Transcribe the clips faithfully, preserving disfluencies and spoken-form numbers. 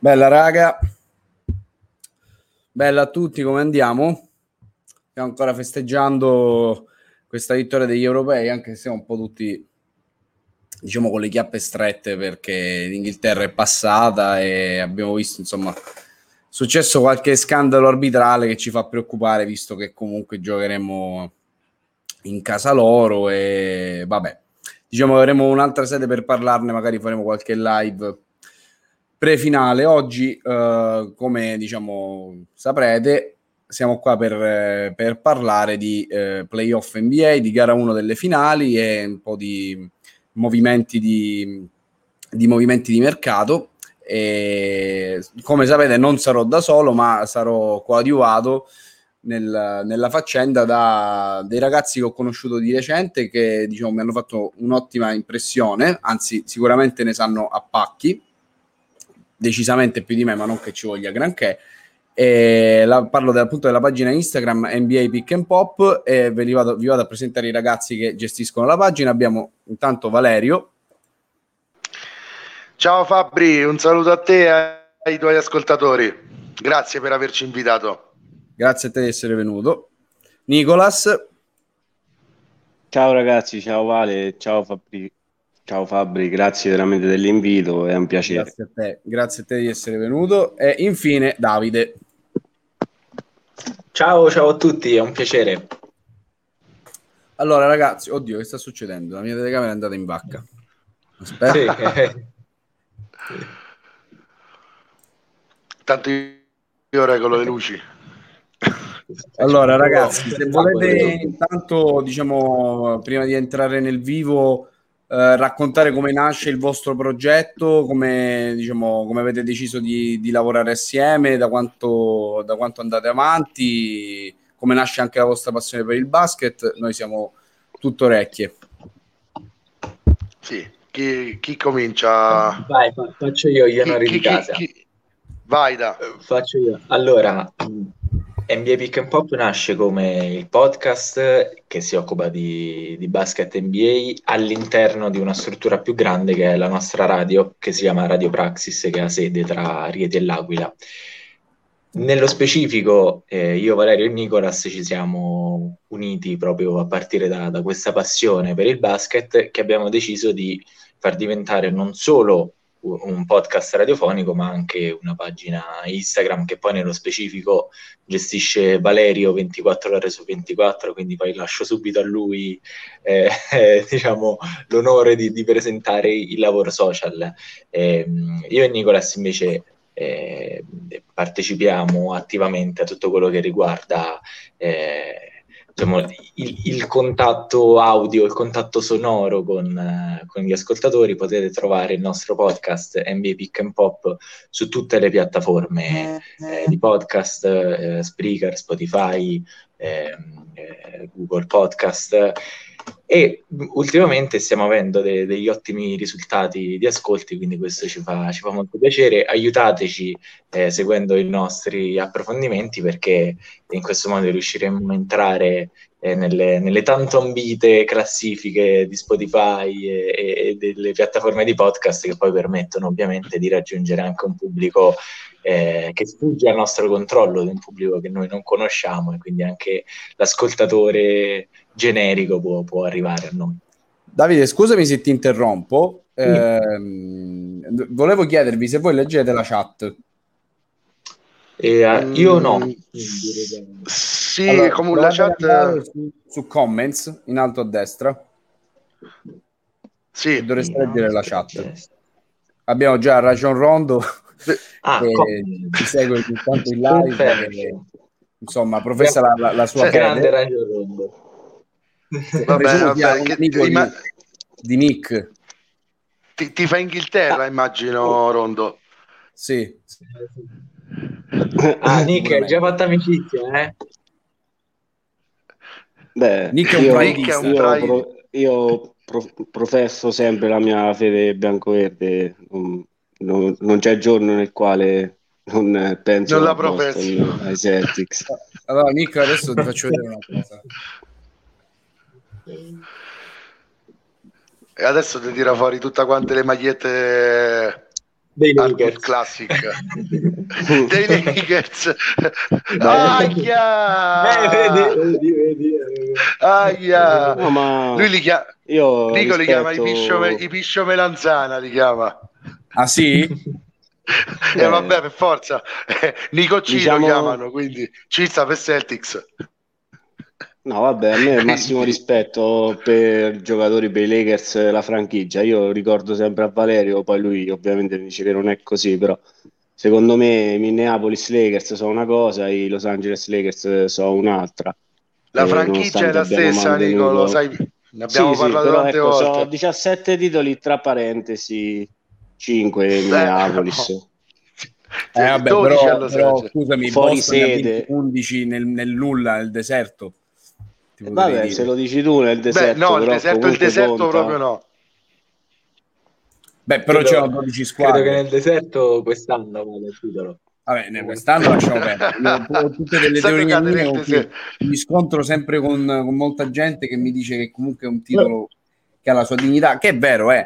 Bella raga, bella a tutti, come andiamo? Stiamo ancora festeggiando questa vittoria degli europei, anche se siamo un po' tutti, diciamo, con le chiappe strette perché l'Inghilterra è passata e abbiamo visto, insomma, è successo qualche scandalo arbitrale che ci fa preoccupare, visto che comunque giocheremo in casa loro e vabbè, diciamo avremo un'altra sede per parlarne, magari faremo qualche live pre-finale. Oggi, eh, come diciamo saprete, siamo qua per, per parlare di eh, playoff N B A, di gara uno delle finali e un po' di movimenti di, di movimenti di mercato. E, come sapete, non sarò da solo, ma sarò coadiuvato nel, nella faccenda da dei ragazzi che ho conosciuto di recente che, diciamo, mi hanno fatto un'ottima impressione, anzi sicuramente ne sanno a pacchi, decisamente più di me, ma non che ci voglia granché. E la, parlo dal punto della pagina Instagram N B A Pick and Pop e ve li vado, vi vado a presentare i ragazzi che gestiscono la pagina. Abbiamo intanto Valerio. Ciao Fabri, un saluto a te e ai tuoi ascoltatori. Grazie per averci invitato. Grazie a te di essere venuto. Nicolas. Ciao ragazzi, ciao Vale, ciao Fabri. Ciao Fabri, grazie veramente dell'invito, è un piacere. Grazie a te, grazie a te di essere venuto. E infine Davide. Ciao, ciao a tutti, è un piacere. Allora ragazzi, oddio, che sta succedendo? La mia telecamera è andata in vacca. Aspetta. Sì. Tanto io regolo le luci. Allora ragazzi, se volete intanto, diciamo, prima di entrare nel vivo, eh, raccontare come nasce il vostro progetto, come, diciamo, come avete deciso di, di lavorare assieme, da quanto, da quanto andate avanti, come nasce anche la vostra passione per il basket, noi siamo tutto orecchie. Sì, chi, chi comincia? Vai, fa- faccio io gli onori chi, di chi, casa. chi, chi... Vai da. Faccio io. Allora, N B A Pick and Pop nasce come il podcast che si occupa di, di basket N B A all'interno di una struttura più grande che è la nostra radio, che si chiama Radio Praxis, che ha sede tra Rieti e L'Aquila. Nello specifico, eh, io, Valerio e Nicolas ci siamo uniti proprio a partire da, da questa passione per il basket che abbiamo deciso di far diventare non solo un podcast radiofonico, ma anche una pagina Instagram che poi nello specifico gestisce Valerio ventiquattro ore su ventiquattro, quindi poi lascio subito a lui eh, eh, diciamo, l'onore di, di presentare il lavoro social. Eh, io e Nicolas invece eh, partecipiamo attivamente a tutto quello che riguarda eh, diciamo, il, il contatto audio, il contatto sonoro con, eh, con gli ascoltatori. Potete trovare il nostro podcast N B A Pick and Pop su tutte le piattaforme eh, di podcast, eh, Spreaker, Spotify, eh, eh, Google Podcast, e ultimamente stiamo avendo de- degli ottimi risultati di ascolti, quindi questo ci fa, ci fa molto piacere. Aiutateci eh, seguendo i nostri approfondimenti, perché in questo modo riusciremo a entrare eh, nelle, nelle tanto ambite classifiche di Spotify e, e delle piattaforme di podcast, che poi permettono ovviamente di raggiungere anche un pubblico eh, che sfugge al nostro controllo, di un pubblico che noi non conosciamo, e quindi anche l'ascoltatore generico può, può arrivare a noi. Davide, scusami se ti interrompo, sì. ehm, volevo chiedervi se voi leggete la chat. Eh, mm, io no. Sì, allora, come la chat su, su comments in alto a destra. Sì. Dovreste sì, leggere no, la chat. Abbiamo già Rajon Rondo ah, che ci segue intanto in live e, insomma, professa la, la, la sua sì, grande Rajon Rondo. Vabbè, vabbè, che, amico ima- di, di Nick. Ti, ti fa Inghilterra, ah. immagino, Rondo. Sì. Ah, Nick, hai già fatto amicizia, eh? Beh, Nick è un io, praidista. io, pro, io pro, professo sempre la mia fede bianco-verde. Non, non, non c'è giorno nel quale non penso non la a Boston, ai Celtics. Allora, Nick, adesso ti faccio vedere una cosa. E adesso ti tira fuori tutta quante le magliette dei Output Lakers. Classic dei Lakers. Aia! Eh, vedi, vedi, vedi. Aia! No, ma Lui li chiama, io Nico li chiama i rispetto... piscio, i piscio melanzana, li chiama. Ah sì? E Beh, eh, vabbè, per forza. Nico C diciamo... lo chiamano, quindi ci sta per Celtics. No, vabbè, a me massimo Quindi... rispetto per giocatori per i Lakers, la franchigia. Io ricordo sempre a Valerio, poi lui ovviamente mi dice che non è così, però secondo me i Minneapolis Lakers sono una cosa, i Los Angeles Lakers sono un'altra, La e franchigia è nonostante la abbiamo stessa, Nico, lo mantenuto... sai, ne abbiamo Sì, sì, parlato però tante ecco, so volte. diciassette titoli tra parentesi, cinque Eh, Minneapolis, no. Eh, vabbè, dodici a però, Los però Angeles. scusami, fuori Boston ne ha vinti sede. undici nel, nel nulla, nel deserto. Ti E potrei vabbè, dire. se lo dici tu nel Beh, deserto, no, il però deserto, il comunque deserto proprio conta. no. Beh, però Credo, c'erano dodici credo squadre. che nel deserto quest'anno vada il titolo. Vabbè, ne- quest'anno lasciamo perdere. Io ho tutte delle Sta teorie giocate mie, nel con cui deserto. mi scontro sempre con, con molta gente che mi dice che comunque è un titolo che ha la sua dignità, che è vero, eh.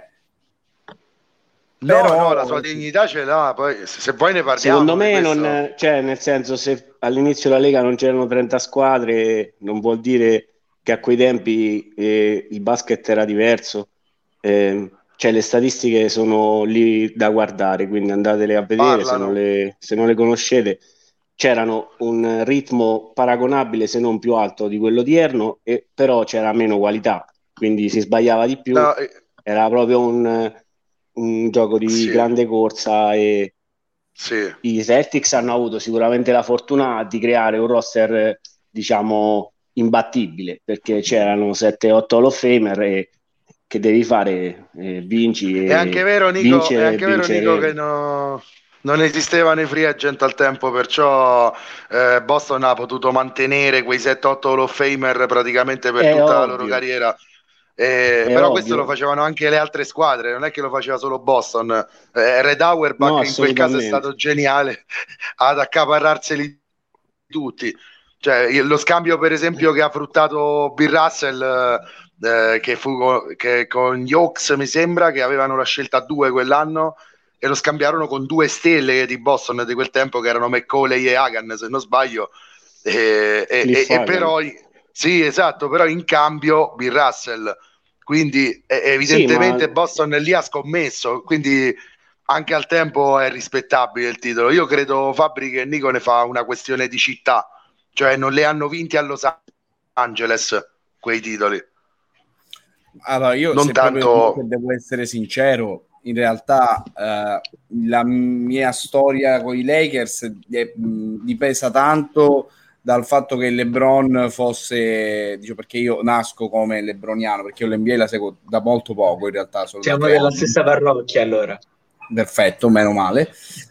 No, Però no, la sua dignità ce l'ha, poi se se poi ne parliamo Secondo di me questo. non, cioè, nel senso, se all'inizio della Lega non c'erano trenta squadre, non vuol dire che a quei tempi eh, il basket era diverso. Eh, cioè, le statistiche sono lì da guardare, quindi andatele a vedere se non Parlano. le, se non le conoscete. C'erano un ritmo paragonabile, se non più alto di quello odierno, e però c'era meno qualità, quindi si sbagliava di più. No, eh, Era proprio un, un gioco di sì, grande corsa e sì. i Celtics hanno avuto sicuramente la fortuna di creare un roster, eh, diciamo, imbattibile, perché c'erano sette otto Hall of Famer e che devi fare? Eh, vinci È anche e vero, Nico, è vincere e anche vero, Nico, che vincere. no- non esistevano i free agent al tempo, perciò eh, Boston ha potuto mantenere quei sette otto Hall of Famer praticamente per È tutta la loro ovvio, carriera. Eh, è però questo lo ovvio. facevano anche le altre squadre, non è che lo faceva solo Boston. Eh, Red No, Auerbach in quel caso è assolutamente. stato geniale ad accaparrarseli tutti. Cioè, il- lo scambio, per esempio, che ha fruttato Bill Russell, eh, che fu co- che con gli Hawks, mi sembra, che avevano la scelta due quell'anno e lo scambiarono con due stelle di Boston di quel tempo, che erano McCauley e Hagan, se non sbaglio. E, e- e- Cliff e Hagan. però, sì, esatto, però in cambio Bill Russell. Quindi, eh, Sì, ma evidentemente, Boston lì ha scommesso. Quindi anche al tempo è rispettabile il titolo. Io credo, Fabri, che Nico ne fa una questione di città, cioè non le hanno vinti a Los Angeles quei titoli, allora io, non se proprio tanto. devo essere sincero, in realtà eh, la mia storia con i Lakers è, mh, dipesa tanto dal fatto che LeBron fosse, dico, perché io nasco come lebroniano, perché io l'N B A la seguo da molto poco in realtà, solo da Siamo tre della anni. stessa parrocchia allora. Perfetto, meno male.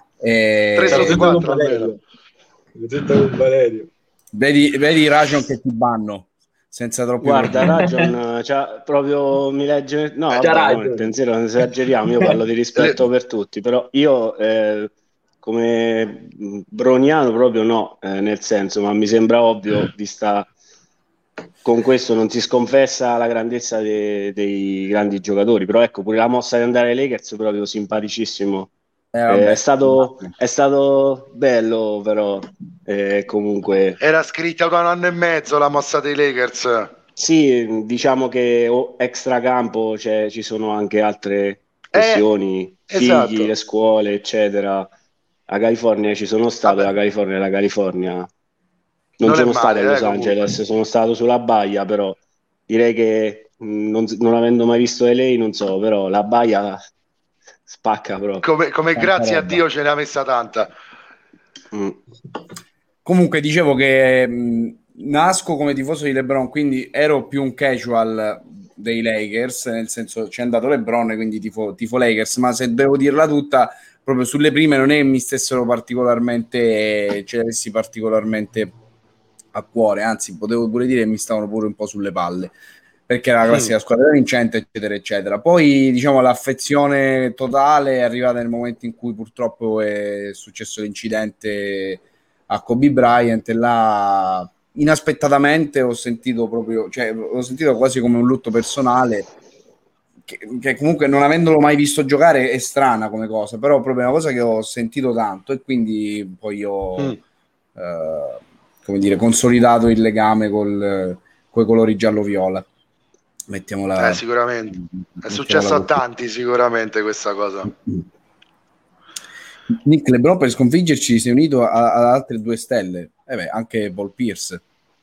tre Siamo su Eh, tutto con quattro almeno. Valerio. Siamo tutto con Valerio. vedi, vedi Rajon che ti banno senza troppi guarda, problemi. Ragion, cioè, proprio mi legge... No, Eh, C'ha vabbè, no, il ragione. pensiero non esageriamo, io parlo di rispetto le- per tutti, però io eh, come mh, broniano proprio no, eh, nel senso, ma mi sembra ovvio, vista con questo non si sconfessa la grandezza de- dei grandi giocatori, però ecco, pure la mossa di andare ai Lakers è proprio simpaticissimo. Eh, Eh, è vabbè, stato, è stato bello, però eh, comunque... Era scritta da un anno e mezzo la mossa dei Lakers. Sì, diciamo che o- extracampo cioè, ci sono anche altre Eh, questioni, figli, le esatto. scuole, eccetera. A California ci sono stato, Vabbè, la California è la California. Non non è sono stato a male, eh, Los comunque. Angeles, sono stato sulla baia, però direi che mh, non, non avendo mai visto L A, non so, però la baia spacca proprio. Come, come tanta grazie a roba. Dio ce ne ha messa tanta. Mm. Comunque dicevo che mh, nasco come tifoso di LeBron, quindi ero più un casual dei Lakers, nel senso c'è andato LeBron, quindi tifo, tifo Lakers, ma se devo dirla tutta, proprio sulle prime non è che mi stessero particolarmente, ce le avessi particolarmente a cuore, anzi potevo pure dire che mi stavano pure un po' sulle palle, perché era la classica squadra vincente, eccetera, eccetera. Poi, diciamo, l'affezione totale è arrivata nel momento in cui purtroppo è successo l'incidente a Kobe Bryant e là inaspettatamente ho sentito proprio, cioè ho sentito quasi come un lutto personale, che, che comunque non avendolo mai visto giocare è strana come cosa, però proprio è una cosa che ho sentito tanto e quindi poi ho mm. eh, come dire, consolidato il legame col, coi colori giallo-viola. Mettiamola, eh, sicuramente è successo a tanti sicuramente questa cosa. Nick, LeBron per sconfiggerci si è unito ad altre due stelle, eh beh, anche Paul Pierce.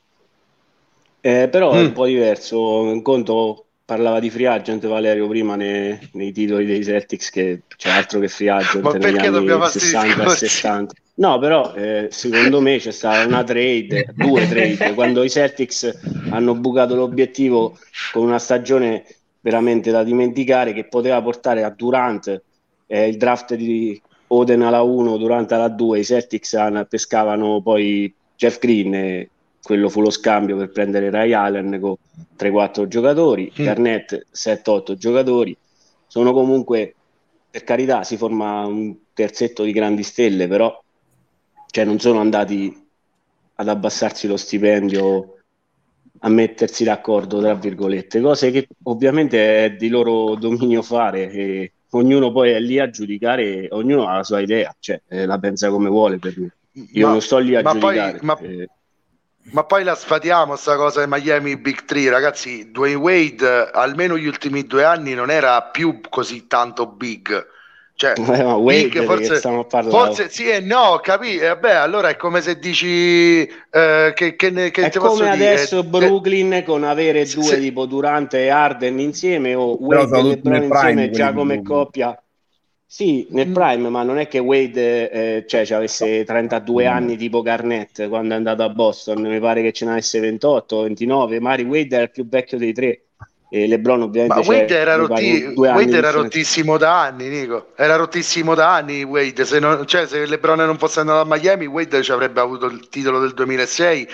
Eh, però mm. è un po' diverso. Un conto parlava di free agent Valerio prima nei, nei titoli dei Celtics, che c'è altro che free agent. Ma perché dobbiamo sessanta e settanta? No, però eh, secondo me c'è stata una trade, due trade, quando i Celtics hanno bucato l'obiettivo con una stagione veramente da dimenticare, che poteva portare a Durant eh, il draft di Oden alla uno, Durant alla due. I Celtics pescavano poi Jeff Green e quello fu lo scambio per prendere Ray Allen con tre quattro giocatori, mm. Garnett sette otto giocatori. Sono comunque, per carità, si forma un terzetto di grandi stelle, però cioè non sono andati ad abbassarsi lo stipendio, a mettersi d'accordo, tra virgolette, cose che ovviamente è di loro dominio fare, e ognuno poi è lì a giudicare, ognuno ha la sua idea, cioè eh, la pensa come vuole. Per me io ma, non sto lì a ma giudicare. Poi, ma... Eh. Ma poi la sfatiamo sta cosa di Miami Big Three, ragazzi. Dwayne Wade almeno gli ultimi due anni non era più così tanto big, cioè eh, ma big, Wade forse, stiamo forse sì e no, capì? E vabbè, allora è come se dici eh, che, che, ne, che è te come posso adesso dire? Brooklyn eh, con avere due se, tipo Durant e Harden insieme, o Wade e LeBron insieme già come coppia. Sì, nel prime, ma non è che Wade eh, cioè, avesse trentadue anni tipo Garnett quando è andato a Boston, mi pare che ce n'avesse ventotto ventinove, magari Wade era il più vecchio dei tre e LeBron ovviamente ma Wade era, rotti, Wade era differenza. rottissimo da anni, Nico, era rottissimo da anni Wade, se, non, cioè, se LeBron non fosse andato a Miami, Wade ci avrebbe avuto il titolo del duemilasei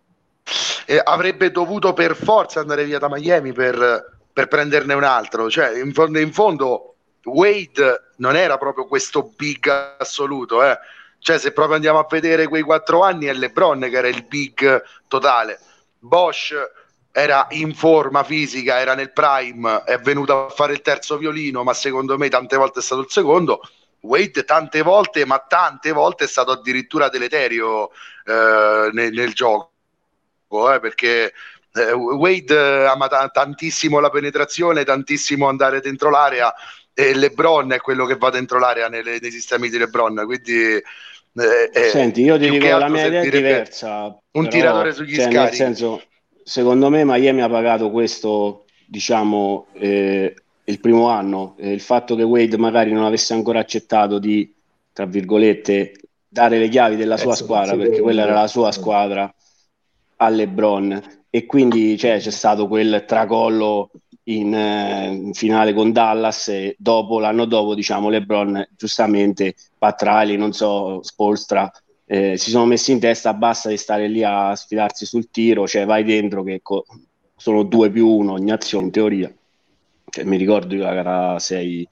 e avrebbe dovuto per forza andare via da Miami per, per prenderne un altro, cioè in fondo, in fondo Wade non era proprio questo big assoluto, eh. Cioè se proprio andiamo a vedere quei quattro anni è LeBron che era il big totale. Bosch era in forma fisica, era nel prime, è venuto a fare il terzo violino, ma secondo me tante volte è stato il secondo. Wade tante volte, ma tante volte è stato addirittura deleterio eh, nel, nel gioco, eh, perché eh, Wade ama t- tantissimo la penetrazione, tantissimo andare dentro l'area, e LeBron è quello che va dentro l'area nelle, nei sistemi di LeBron, quindi eh, senti, io ti dico la mia idea è diversa, un però, tiratore sugli cioè, scarichi, nel senso, secondo me Miami ha pagato questo, diciamo eh, il primo anno, eh, il fatto che Wade magari non avesse ancora accettato di, tra virgolette, dare le chiavi della sua squadra, perché quella era la sua squadra, a LeBron, e quindi cioè, c'è stato quel tracollo in, eh, in finale con Dallas, e dopo, l'anno dopo, diciamo, LeBron giustamente, Pat Riley, non so, Spoelstra eh, si sono messi in testa, basta di stare lì a sfidarsi sul tiro, cioè vai dentro che co- sono due più uno ogni azione in teoria, cioè, mi ricordo io la gara sei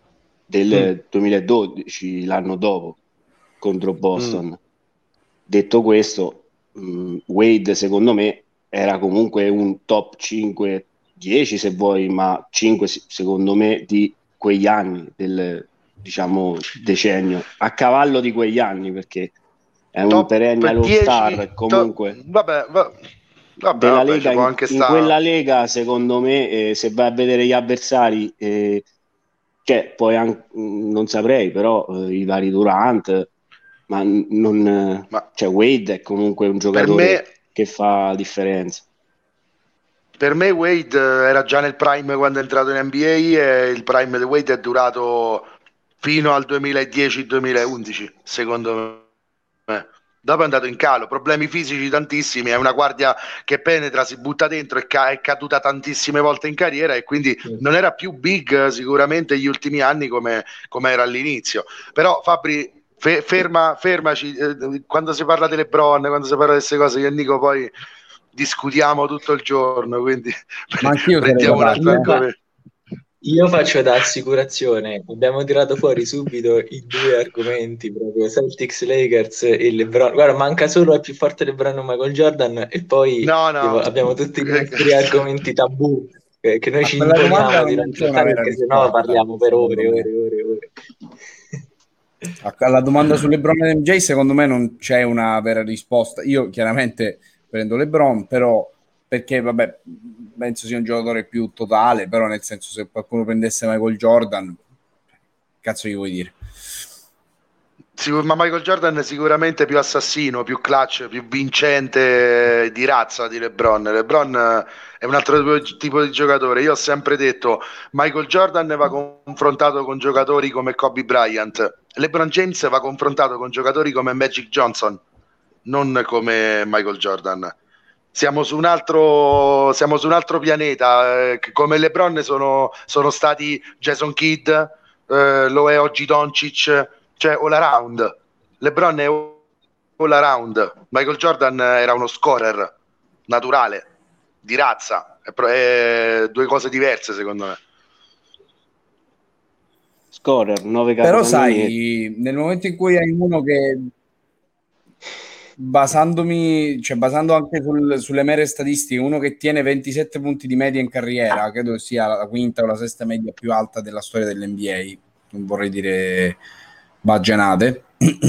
del mm. duemiladodici, l'anno dopo contro Boston. Mm. Detto questo, mh, Wade secondo me era comunque un top cinque dieci se vuoi, ma cinque secondo me di quegli anni, del diciamo decennio, a cavallo di quegli anni, perché è un perennial all-star comunque. Top, vabbè, va, vabbè, della vabbè, Lega, in, anche in quella Lega secondo me eh, se vai a vedere gli avversari eh, cioè, poi anche, non saprei, però eh, i vari Durant, ma non ma cioè Wade è comunque un giocatore me, che fa differenza. Per me Wade era già nel prime quando è entrato in N B A, e il prime di Wade è durato fino al duemiladieci duemilaundici secondo me. Dopo è andato in calo, problemi fisici tantissimi, è una guardia che penetra, si butta dentro, è, ca- è caduta tantissime volte in carriera, e quindi sì. non era più big sicuramente gli ultimi anni come, come era all'inizio. Però Fabri, fe- ferma, fermaci, eh, quando si parla delle LeBron, quando si parla di queste cose, io e Nico poi discutiamo tutto il giorno, quindi prendiamo un altro argomento. Io faccio da assicurazione, abbiamo tirato fuori subito i due argomenti, proprio Celtics, Lakers e LeBron. Guarda, manca solo il più forte LeBron e Michael Jordan, e poi no, no. abbiamo tutti i nostri argomenti tabù. eh, che noi A ci quella domanda imponiamo di non non c'è una trattare vera perché sennò risposta, parliamo per secondo ore, me. ore, ore, ore. Alla domanda su LeBron e M J, secondo me non c'è una vera risposta. Io chiaramente prendo LeBron, però perché vabbè, penso sia un giocatore più totale, però nel senso, se qualcuno prendesse Michael Jordan, cazzo gli vuoi dire? Sicur- ma Michael Jordan è sicuramente più assassino, più clutch, più vincente di razza di LeBron. LeBron eh, è un altro tipo tipo di giocatore. Io ho sempre detto Michael Jordan va confrontato con giocatori come Kobe Bryant. LeBron James va confrontato con giocatori come Magic Johnson, non come Michael Jordan. Siamo su un altro, siamo su un altro pianeta. eh, Come LeBron sono, sono stati Jason Kidd, eh, lo è oggi Doncic, cioè all around. LeBron è all around. Michael Jordan era uno scorer naturale, di razza. È, pro- è due cose diverse secondo me. Scorer, nove Però capocannonieri. sai, nel momento in cui hai uno che basandomi, cioè basando anche sul- sulle mere statistiche, uno che tiene ventisette punti di media in carriera, credo sia la quinta o la sesta media più alta della storia dell'N B A, non vorrei dire baggianate.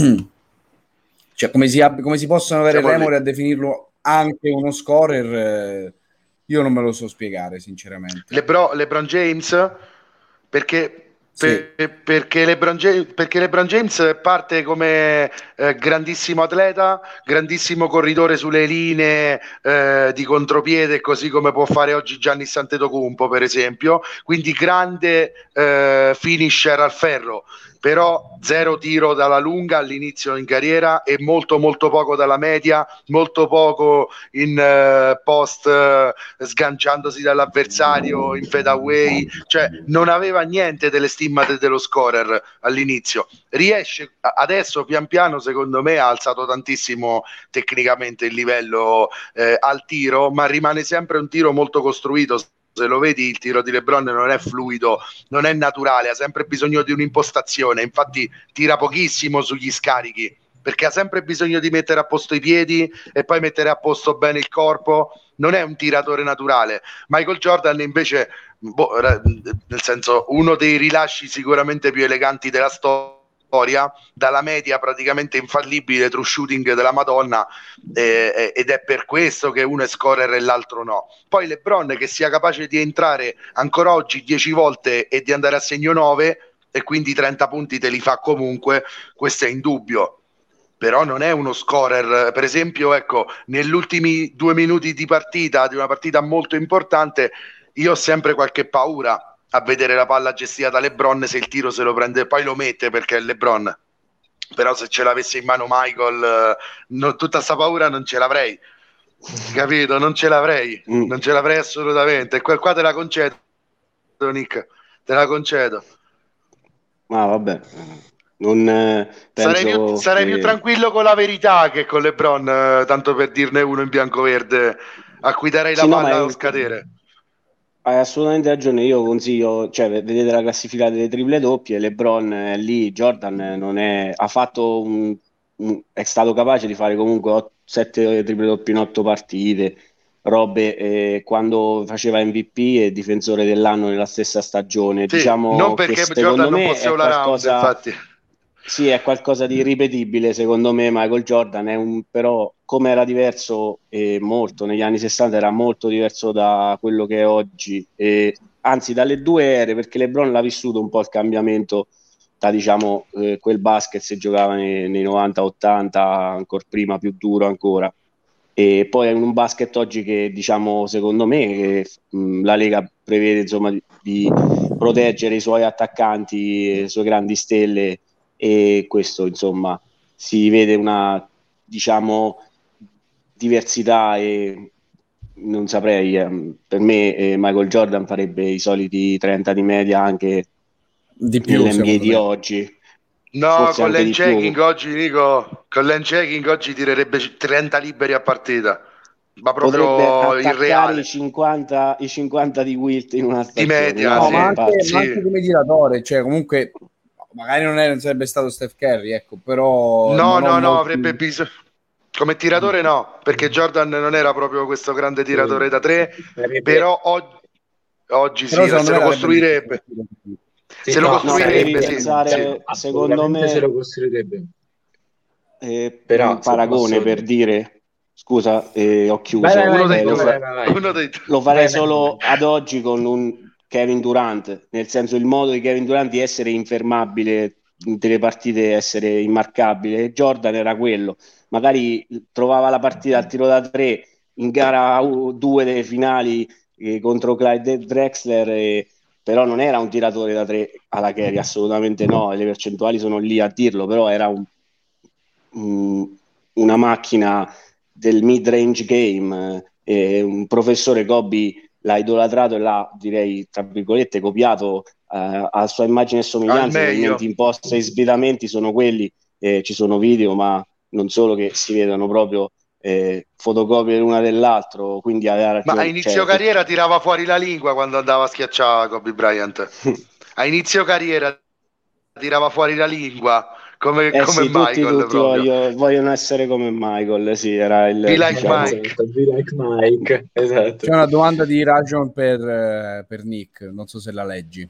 Cioè, come si, ab- come si possono avere Siamo lì. remore a definirlo anche uno scorer, eh, io non me lo so spiegare, sinceramente. Lebron, LeBron James perché, Sì. per- perché, LeBron James, perché LeBron James parte come eh, grandissimo atleta, grandissimo corridore sulle linee eh, di contropiede, così come può fare oggi Giannis Antetokounmpo per esempio, quindi grande eh, finisher al ferro, però zero tiro dalla lunga all'inizio in carriera e molto molto poco dalla media, molto poco in eh, post eh, sganciandosi dall'avversario in fadeaway, cioè non aveva niente delle stimmate dello scorer all'inizio. Riesce adesso pian piano, secondo me ha alzato tantissimo tecnicamente il livello eh, al tiro, ma rimane sempre un tiro molto costruito. Se lo vedi, il tiro di LeBron non è fluido, non è naturale, ha sempre bisogno di un'impostazione, infatti tira pochissimo sugli scarichi perché ha sempre bisogno di mettere a posto i piedi e poi mettere a posto bene il corpo. Non è un tiratore naturale. Michael Jordan invece, boh, nel senso, uno dei rilasci sicuramente più eleganti della storia, dalla media praticamente infallibile, true shooting della Madonna, eh, ed è per questo che uno è scorer e l'altro no. Poi LeBron che sia capace di entrare ancora oggi dieci volte e di andare a segno nove e quindi trenta punti te li fa comunque, questo è indubbio. Però non è uno scorer. Per esempio, ecco, negli ultimi due minuti di partita, di una partita molto importante, io ho sempre qualche paura a vedere la palla gestita da LeBron, se il tiro se lo prende, poi lo mette perché è LeBron. Però se ce l'avesse in mano Michael, eh, no, tutta sta paura non ce l'avrei. Capito? Non ce l'avrei. Mm. Non ce l'avrei assolutamente. Qua, qua te la concedo, Nick. Te la concedo. Ma vabbè, non eh, Sarei più, penso sarei più che... tranquillo con la verità che con LeBron, eh, tanto per dirne uno in bianco-verde, a cui darei la Sì, no, ma palla o è- scadere. hai assolutamente ragione. Io consiglio, cioè, vedete la classifica delle triple doppie, LeBron è lì, Jordan non è, ha fatto un, un- è stato capace di fare comunque sette triple doppie in otto partite, robe eh, quando faceva M V P e difensore dell'anno nella stessa stagione. Sì, non Diciamo che perché Jordan secondo non me fosse è all around, qualcosa. infatti. Sì, è qualcosa di ripetibile, secondo me Michael Jordan è un, però come era diverso e molto negli anni sessanta era molto diverso da quello che è oggi, e, anzi dalle due ere, perché LeBron l'ha vissuto un po' il cambiamento da diciamo eh, quel basket se giocava nei, nei novanta ottanta, ancora prima, più duro ancora. E poi è un basket oggi che diciamo secondo me che, mh, la Lega prevede insomma di, di proteggere i suoi attaccanti, le sue grandi stelle, e questo insomma si vede una diciamo diversità, e non saprei, ehm, per me eh, Michael Jordan farebbe i soliti trenta di media anche Di più, nell'N B A secondo di me. oggi, No, forse con anche di più. l'handchecking oggi, Nico, con l'handchecking oggi tirerebbe trenta liberi a partita, ma Potrebbe proprio attaccare i irreale. cinquanta, i cinquanta di Wilt in una Di stagione, media, no, No, è ma sì, anche, ma sì. anche come tiratore, cioè comunque magari non, è, non sarebbe stato Steph Curry, ecco, però No, non ho no, no, avrebbe molti... bisogno. Come tiratore no, perché Jordan non era proprio questo grande tiratore da tre, Sarebbe, però oggi... oggi Però sì, se lo costruirebbe. Sì, se lo no, costruirebbe, no, sì. pensare, sì, secondo me, se lo costruirebbe. Eh, Però, un paragone posso... per dire, scusa, eh, ho chiuso. Vai, vai, vai, Uno dei Eh, lo, due, fa- vai, vai, uno dei due. lo farei vai, solo vai. ad oggi con un Kevin Durant, nel senso il modo di Kevin Durant di essere infermabile in delle partite, essere immarcabile. E Jordan era quello, magari trovava la partita al tiro da tre in gara due delle finali eh, contro Clyde Drexler, e, però non era un tiratore da tre alla Curry, assolutamente no, e le percentuali sono lì a dirlo, però era un, un, una macchina del mid-range game, eh, un professore Kobe l'ha idolatrato e l'ha, direi, tra virgolette, copiato eh, a sua immagine e Al somiglianza. I meglio. movimenti imposti e svitamente sono quelli, eh, ci sono video, ma non solo, che si vedono proprio eh, fotocopie l'una dell'altro, quindi aveva Ma a ragione. inizio Cioè, carriera tirava fuori la lingua quando andava a schiacciare Kobe Bryant. A inizio carriera tirava fuori la lingua come, eh come sì, tutti, Michael tutti proprio. voglio- vogliono essere come Michael, sì, era il, Be like diciamo, Mike. Esatto, be like Mike, esatto. C'è una domanda di Rajon per, eh, per Nick, non so se la leggi.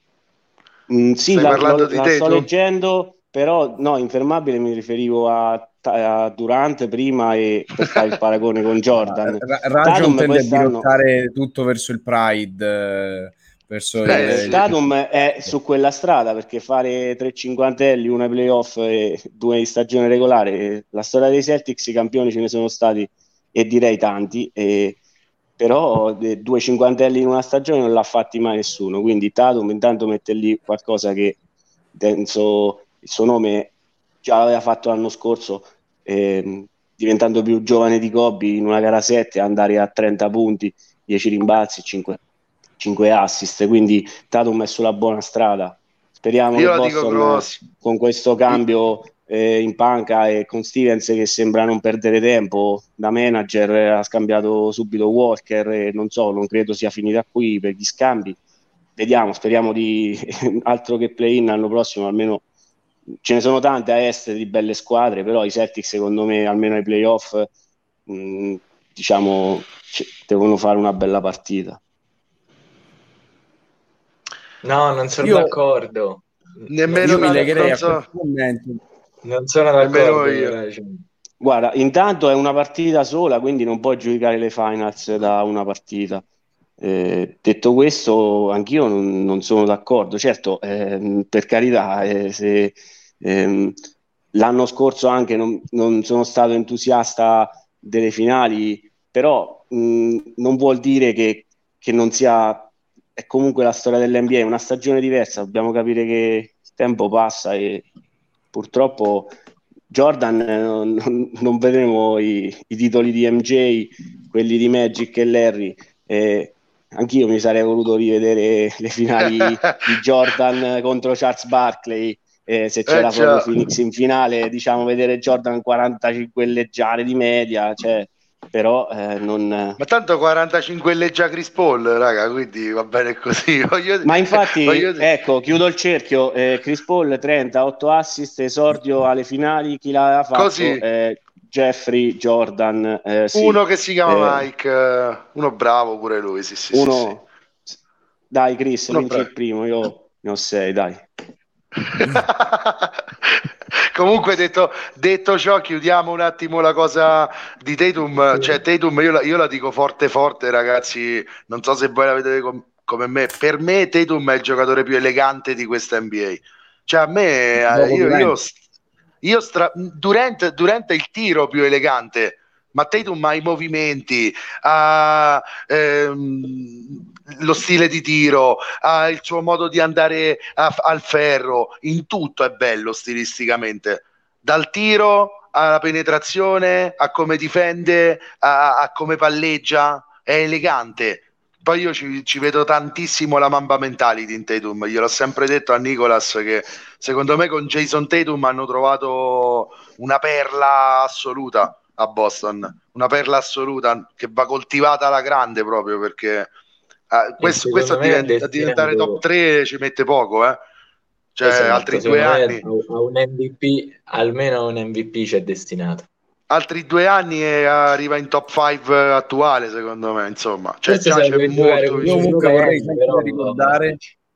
Mm, sì, Stai la, parlando lo- di la te sto tu? leggendo, però no, infermabile mi riferivo a, a Durant prima, e per fare il paragone con Jordan. Ra- Rajon Tatum tende a quest'anno, dirottare tutto verso il Pride, eh, verso il, beh, Eh eh, sì. il- Tatum è su quella strada, perché fare tre cinquantelli, una ai playoff e due in stagione regolare, eh, la storia dei Celtics, i campioni ce ne sono stati e direi tanti, e, però eh, due cinquantelli in una stagione non l'ha fatti mai nessuno, quindi Tatum intanto mette lì qualcosa che penso il suo nome già l'aveva fatto l'anno scorso, ehm, diventando più giovane di Kobe in una gara sette, andare a trenta punti, dieci rimbalzi, cinque, cinque assist, quindi Tatum è sulla buona strada. Speriamo che Io la dico Boston, grosso. con questo cambio eh, in panca e con Stevens che sembra non perdere tempo da manager, ha scambiato subito Walker e non so, non credo sia finita qui per gli scambi. Vediamo, speriamo di altro che play-in l'anno prossimo, almeno ce ne sono tante a est di belle squadre, però i Celtics secondo me almeno ai playoff mh, diciamo c- devono fare una bella partita. No, non sono Io- d'accordo. Nemmeno Io mi da- legherei non a so. questo commento. Non sono Nemmeno d'accordo, io. Rajon. Guarda, intanto è una partita sola, quindi non puoi giudicare le finals da una partita. Eh, detto questo, anch'io non, non sono d'accordo. Certo, ehm, per carità, eh, se ehm, l'anno scorso anche non, non sono stato entusiasta delle finali, però mh, non vuol dire che, che non sia, è comunque la storia dell'N B A, è una stagione diversa, dobbiamo capire che il tempo passa e purtroppo Jordan eh, non, non- non vedremo i, i titoli di M J, quelli di Magic e Larry. Eh, anch'io mi sarei voluto rivedere le finali di Jordan contro Charles Barkley, eh, se c'era Eh, proprio già. Phoenix in finale, diciamo, vedere Jordan quarantacinque di media, cioè, però eh, non... Ma tanto quarantacinque è già Chris Paul, raga, quindi va bene così. Voglio, Ma infatti, voglio- ecco, chiudo il cerchio. eh, Chris Paul trenta, otto assist, esordio alle finali. Chi l'aveva fatto? Così, Eh, Jeffrey Jordan. eh, sì. uno che si chiama Eh, Mike, eh, uno bravo pure lui, sì, sì, sì, sì. uno, dai, Chris, Uno vinci bravo. il primo. Io ne ho sei, dai. Comunque detto, detto ciò, chiudiamo un attimo la cosa di Tatum. Cioè Tatum io la, io la dico forte forte, ragazzi, non so se voi la vedete com- come me. Per me Tatum è il giocatore più elegante di questa N B A. Cioè a me eh, Dopo io, io, Durant. io stra- Durant, Durant è il tiro più elegante, ma Tatum ha i movimenti, ha ehm, lo stile di tiro, ha il suo modo di andare a- al ferro, in tutto è bello stilisticamente, dal tiro alla penetrazione, a come difende, a, a come palleggia, è elegante. Poi io ci, ci vedo tantissimo la Mamba mentality in Tatum, gliel'ho sempre detto a Nicolas che secondo me con Jason Tatum hanno trovato una perla assoluta a Boston, una perla assoluta che va coltivata alla grande proprio perché eh, questo, questo a, secondo me è divent- a diventare top destinato, tre ci mette poco, eh? Cioè esatto, altri due secondo me anni. a a un M V P, almeno a un M V P c'è destinato. altri due anni e arriva in top cinque attuale, secondo me, insomma. Cioè, Forse già sarebbe c'è giocare molto con Io i comunque vicino. vorrei europei, sempre però ricordare,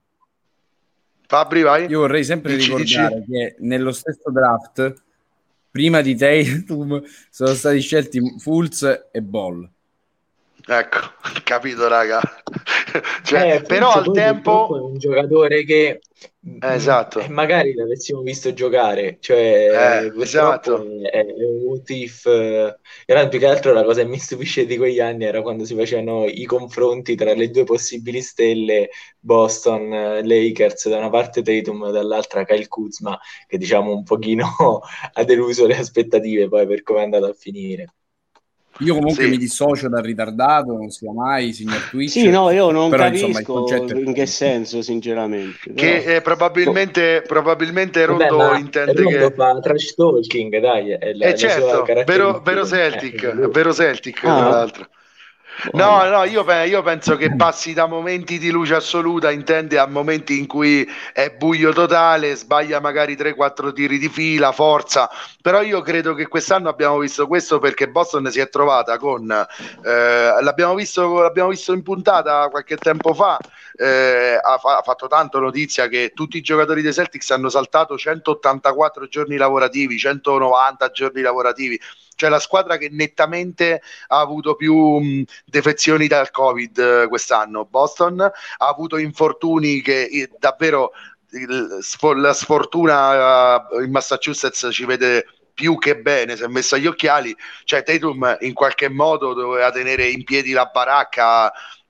Fabri, vai. io vorrei sempre Dici, ricordare dici. che nello stesso draft, prima di Tatum, sono stati scelti Fultz e Ball. Ecco, capito, raga. Cioè, Eh, però Fultz al poi purtroppo è tempo... un giocatore che eh, mh, eh, esatto. magari l'avessimo visto giocare, Eh, cioè purtroppo esatto. è, è un what if. eh, Era più che altro la cosa che mi stupisce di quegli anni era quando si facevano i confronti tra le due possibili stelle Boston, eh, Lakers, da una parte Tatum, dall'altra Kyle Kuzma, che diciamo un pochino ha deluso le aspettative poi per come è andato a finire. Io comunque mi Sì. dissocio dal ritardato, non sia mai, signor Sì, Twitch, no, io non però insomma il capisco concetto è in che quello. senso, sinceramente, però Che eh, boh. probabilmente, probabilmente Vabbè, Rondo ma intende Rondo che... fa trash talking, dai, è la, Eh la sua certo, vero, vero caratteristica. Eh, Celtic, lui- vero Celtic tra Ah, l'altro. boh, No, vabbè. no, io, pe- io penso che passi da momenti di luce assoluta, intende a momenti in cui è buio totale, sbaglia magari tre quattro tiri di fila, forza, però io credo che quest'anno abbiamo visto questo perché Boston si è trovata con, eh, l'abbiamo visto, l'abbiamo visto in puntata qualche tempo fa, eh, ha, fa- ha fatto tanto notizia che tutti i giocatori dei Celtics hanno saltato centottantaquattro giorni lavorativi, centonovanta giorni lavorativi, cioè la squadra che nettamente ha avuto più mh, defezioni dal Covid eh, quest'anno. Boston ha avuto infortuni che eh, davvero il, sfo- la sfortuna eh, in Massachusetts ci vede più che bene, si è messo agli occhiali, cioè Tatum in qualche modo doveva tenere in piedi la baracca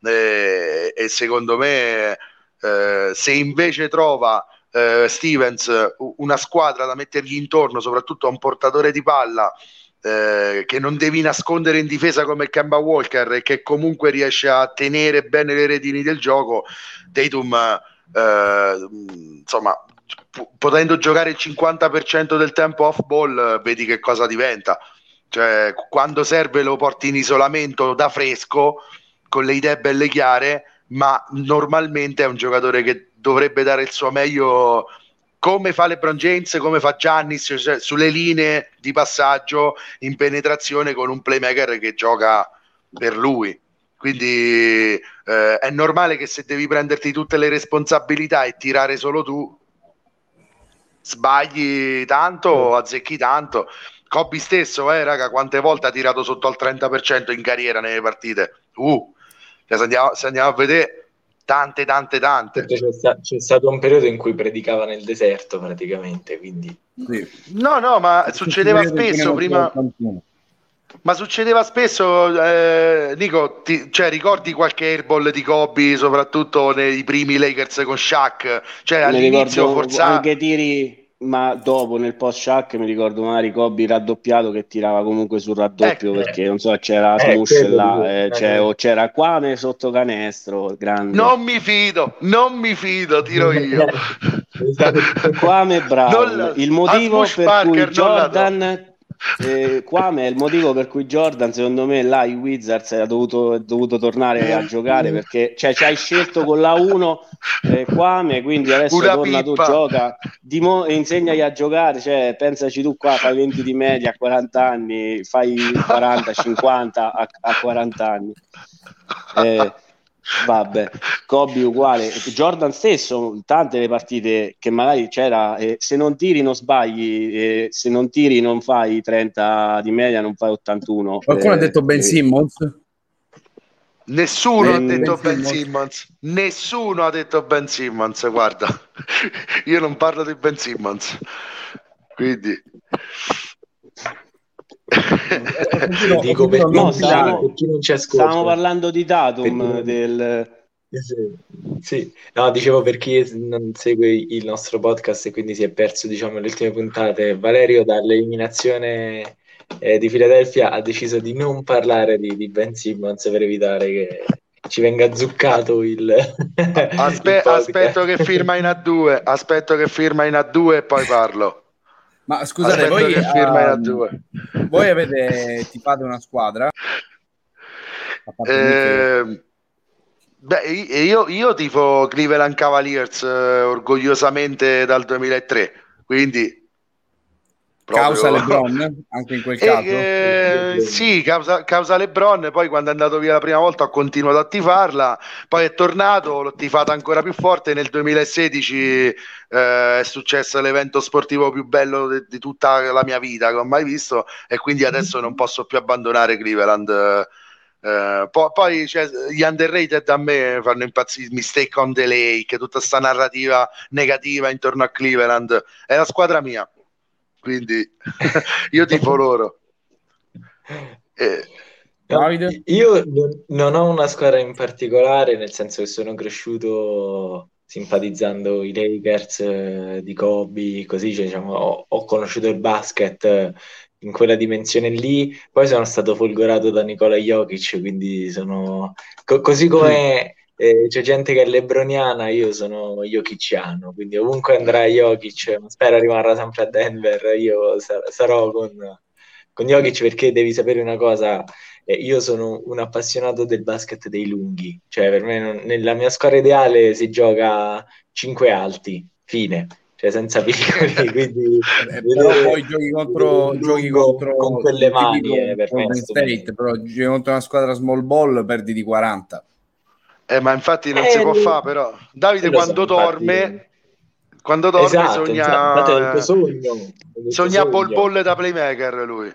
eh, e secondo me eh, se invece trova eh, Stevens una squadra da mettergli intorno, soprattutto a un portatore di palla eh, che non devi nascondere in difesa come Kemba Walker e che comunque riesce a tenere bene le redini del gioco, Tatum eh, insomma p- potendo giocare il cinquanta per cento del tempo off ball vedi che cosa diventa, cioè quando serve lo porti in isolamento da fresco con le idee belle chiare, ma normalmente è un giocatore che dovrebbe dare il suo meglio come fa LeBron James, come fa Giannis, cioè sulle linee di passaggio in penetrazione con un playmaker che gioca per lui. Quindi eh, è normale che se devi prenderti tutte le responsabilità e tirare solo tu, sbagli tanto, azzecchi tanto. Kobe stesso, eh, raga, quante volte ha tirato sotto al trenta per cento in carriera nelle partite? Uh, cioè, se, andiamo, se andiamo a vedere, tante, tante, tante. C'è, sta- c'è stato un periodo in cui predicava nel deserto praticamente, quindi Sì. No, no, ma succedeva spesso prima. Ma succedeva spesso, eh, Nico, ti, cioè, ricordi qualche airball di Kobe, soprattutto nei primi Lakers con Shaq? Cioè Mi all'inizio ricordo forza... anche tiri, ma dopo nel post Shaq mi ricordo magari Kobe raddoppiato che tirava comunque sul raddoppio Ecco, perché non so, c'era eh, Smush quello là, dico, eh, cioè, eh. o c'era Kwame sotto canestro, grande. non mi fido, non mi fido, tiro io. Esatto. Kwame Non Brown, la- il a motivo Smush per cui Parker non la do. Jordan eh, Kwame è il motivo per cui Jordan secondo me là i Wizards ha dovuto, è dovuto tornare a giocare perché cioè, ci hai scelto con la uno eh, Kwame, quindi adesso Una torna tu, pippa. gioca dimo- insegnagli a giocare, cioè, pensaci tu qua, fai venti di media a quaranta anni, fai quaranta cinquanta a, a quaranta anni eh, vabbè, Kobe uguale, Jordan stesso, tante le partite che magari c'era, eh, se non tiri non sbagli, eh, se non tiri non fai trenta di media, non fai ottantuno. Qualcuno eh, ha detto Ben eh, Simmons? Nessuno ha Mm, detto Ben Ben Simmons. Simmons, nessuno ha detto Ben Simmons, guarda, io non parlo di Ben Simmons, quindi... Ho Dico per sentito no, non stavamo, per chi non ci stavamo ascolta. parlando di Per Tatum, chi non- del... Sì, sì. No, dicevo per chi non segue il nostro podcast e quindi si è perso, diciamo, le ultime puntate, Valerio dall'eliminazione eh, di Philadelphia ha deciso di non parlare di, di Ben Simmons per evitare che ci venga zuccato il, Aspe- il podcast. aspetto che firma in A due, aspetto che firma in A due e poi parlo. Ma scusate, Aspetto voi, che firma in um, A due. voi avete tifato una squadra? A parte Nick, Eh, beh, io, io tifo Cleveland Cavaliers eh, orgogliosamente dal duemilatré, quindi Proprio... Causa LeBron, anche in quel e, caso? Eh, sì, causa, causa LeBron, poi quando è andato via la prima volta ho continuato a tifarla, poi è tornato, l'ho tifata ancora più forte, nel duemilasedici eh, è successo l'evento sportivo più bello de- di tutta la mia vita che ho mai visto e quindi adesso non posso più abbandonare Cleveland. Eh, po- poi cioè, gli underrated a me fanno impazzire, Mistake on the Lake, tutta sta narrativa negativa intorno a Cleveland, è la squadra mia, quindi io tifo loro. Eh, No, Davide? io non non ho una squadra in particolare, nel senso che sono cresciuto simpatizzando i Lakers eh, di Kobe, così cioè, diciamo, ho, ho conosciuto il basket eh, in quella dimensione lì, poi sono stato folgorato da Nikola Jokic, quindi sono co- così come eh, c'è gente che è lebroniana, io sono jokiciano, quindi ovunque andrà Jokic, spero rimarrà sempre a Denver, io sar- sarò con, con Jokic perché devi sapere una cosa. Eh, io sono un appassionato del basket dei lunghi, cioè per me non- nella mia squadra ideale si gioca cinque alti, fine, cioè senza piccoli, quindi Eh, eh, però vedere, poi giochi vedere contro, un giochi lungo con contro quelle il mani tipico è per me Golden stupendo. State, però giochi contro una squadra small ball, perdi di quaranta. eh, ma infatti non si Eh, può fare, però Davide lo so, quando infatti. dorme, quando dorme Esatto, infatti, infatti ho detto sogna, eh, sogno, ho detto sogna ball sogno. ball da playmaker lui.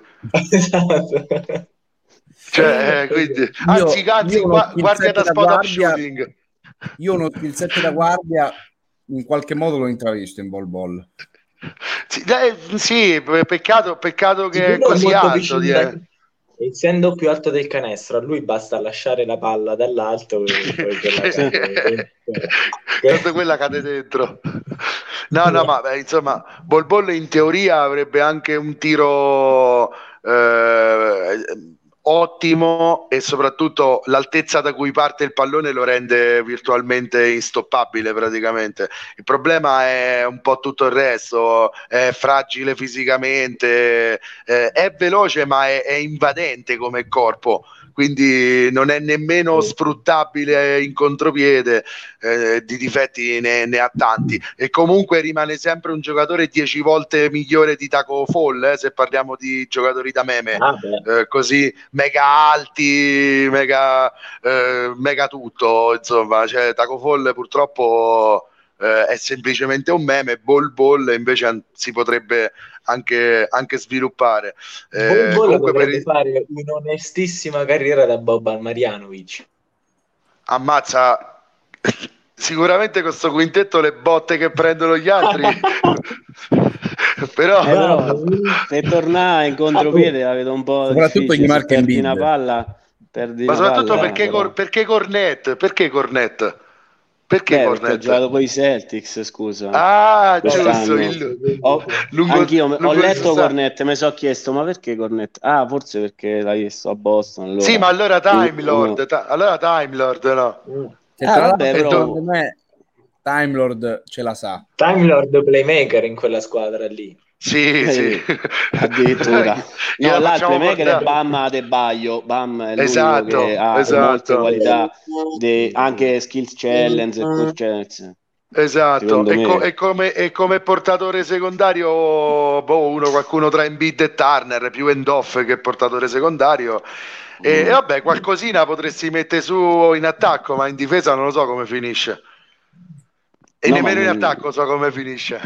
Esatto. Cioè, eh, quindi, anzi, Io, anzi io uno gua- skill guardia set da da spot up guardia, shooting. io uno skill set da guardia in qualche modo l'ho intravisto in ball ball. Sì, dai, sì, pe- peccato, peccato che è Sicuro è così molto alto. di- vicino, da- eh. essendo più alto del canestro, a lui basta lasciare la palla dall'alto e poi quella cade dentro. Tanto quella cade dentro. No, no, ma beh, insomma, Bol Bol in teoria avrebbe anche un tiro eh, ottimo e soprattutto l'altezza da cui parte il pallone lo rende virtualmente instoppabile praticamente. Il problema è un po' tutto il resto, è fragile fisicamente, eh, è veloce ma è, è invadente come corpo, quindi non è nemmeno sfruttabile in contropiede, eh, di difetti ne, ne ha tanti e comunque rimane sempre un giocatore dieci volte migliore di Taco Fall, eh, se parliamo di giocatori da meme, Ah, beh. eh, così mega alti, mega, eh, mega tutto, insomma, cioè Taco Fall purtroppo eh, è semplicemente un meme, Ball Ball invece an- si potrebbe anche, anche sviluppare. Bol Eh, Bol comunque per dovrebbe il- fare un'onestissima carriera da Boban Marjanovic. ammazza sicuramente con sto quintetto le botte che prendono gli altri però Eh, però Mamma mia. se torna in contropiede la vedo un po' Soprattutto gli difficile. Se marca in perdi una bid. palla, perdi ma una soprattutto palla, perché, però. cor- perché Cornet perché Cornet perché Beh, perché ha Cornet giocato con i Celtics, scusa, ah Eh, giusto quest'anno. il Ho- lungo, Anch'io ho lungo letto sa- Cornet, mi sono chiesto, ma perché Cornet? Ah, forse perché l'hai visto a Boston, sì ma allora. allora Uno- Time Lord uno- ta- allora Time Lord no Mm. Che Ah, tra vabbè, l'altro e do- secondo però... me Time Lord ce la sa. Time Lord playmaker in quella squadra lì. sì sì Eh, addirittura. No, gliela là il facciamo playmaker è portare Bam Adebayo. Bam è l'unico che esatto ha molte esatto qualità, de- anche skills challenge, e push challenge. Esatto, Secondo e, co- me. e come, e come portatore secondario, boh, uno, qualcuno tra Embiid e Turner, più Endoff che portatore secondario. E, e Mm. vabbè, qualcosina potresti mettere su in attacco, ma in difesa non lo so come finisce. E No, ma nemmeno in non... attacco so come finisce.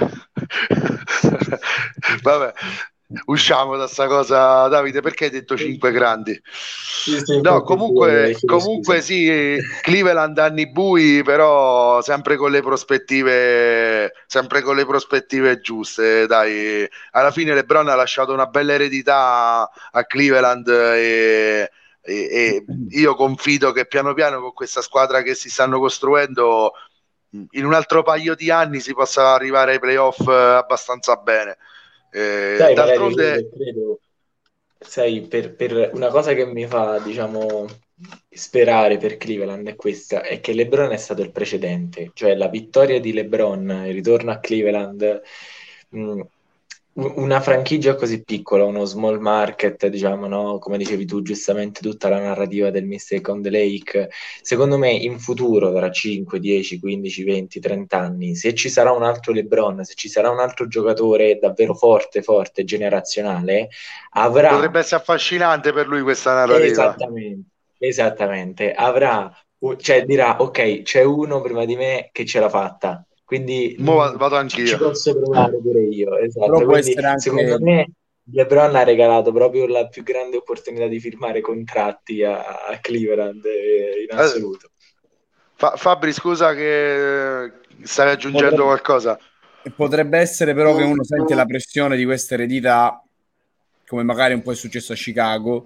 Vabbè, usciamo da sta cosa, Davide, perché hai detto cinque grandi? Sì, sì, No, infatti ti volevo comunque, chiedere comunque scusa. sì, Cleveland anni bui, però sempre con le prospettive, sempre con le prospettive giuste, dai. Alla fine LeBron ha lasciato una bella eredità a Cleveland e, e- e io confido che piano piano con questa squadra che si stanno costruendo in un altro paio di anni si possa arrivare ai playoff eh, abbastanza bene. Eh, Sai, Valerio, io d'altronde, che credo, sai, per, per una cosa che mi fa, diciamo, sperare per Cleveland è questa, è che LeBron è stato il precedente, cioè la vittoria di LeBron, il ritorno a Cleveland, mh, una franchigia così piccola, uno small market, diciamo, no? Come dicevi tu giustamente, tutta la narrativa del Mistake on the Lake, secondo me in futuro, tra cinque, dieci, quindici, venti, trenta anni, se ci sarà un altro LeBron, se ci sarà un altro giocatore davvero forte, forte, generazionale, avrà... Potrebbe essere affascinante per lui questa narrativa. Esattamente, esattamente, avrà, cioè dirà, ok, c'è uno prima di me che ce l'ha fatta. Quindi Mo mh, vado anch'io. ci posso provare pure io, esatto. Però può Quindi essere anche... secondo me LeBron ha regalato proprio la più grande opportunità di firmare contratti a, a Cleveland eh, in assoluto. Fa- Fabri, scusa che stavi aggiungendo Potrebbe... qualcosa. Potrebbe essere però che uno sente la pressione di questa eredità, come magari un po' è successo a Chicago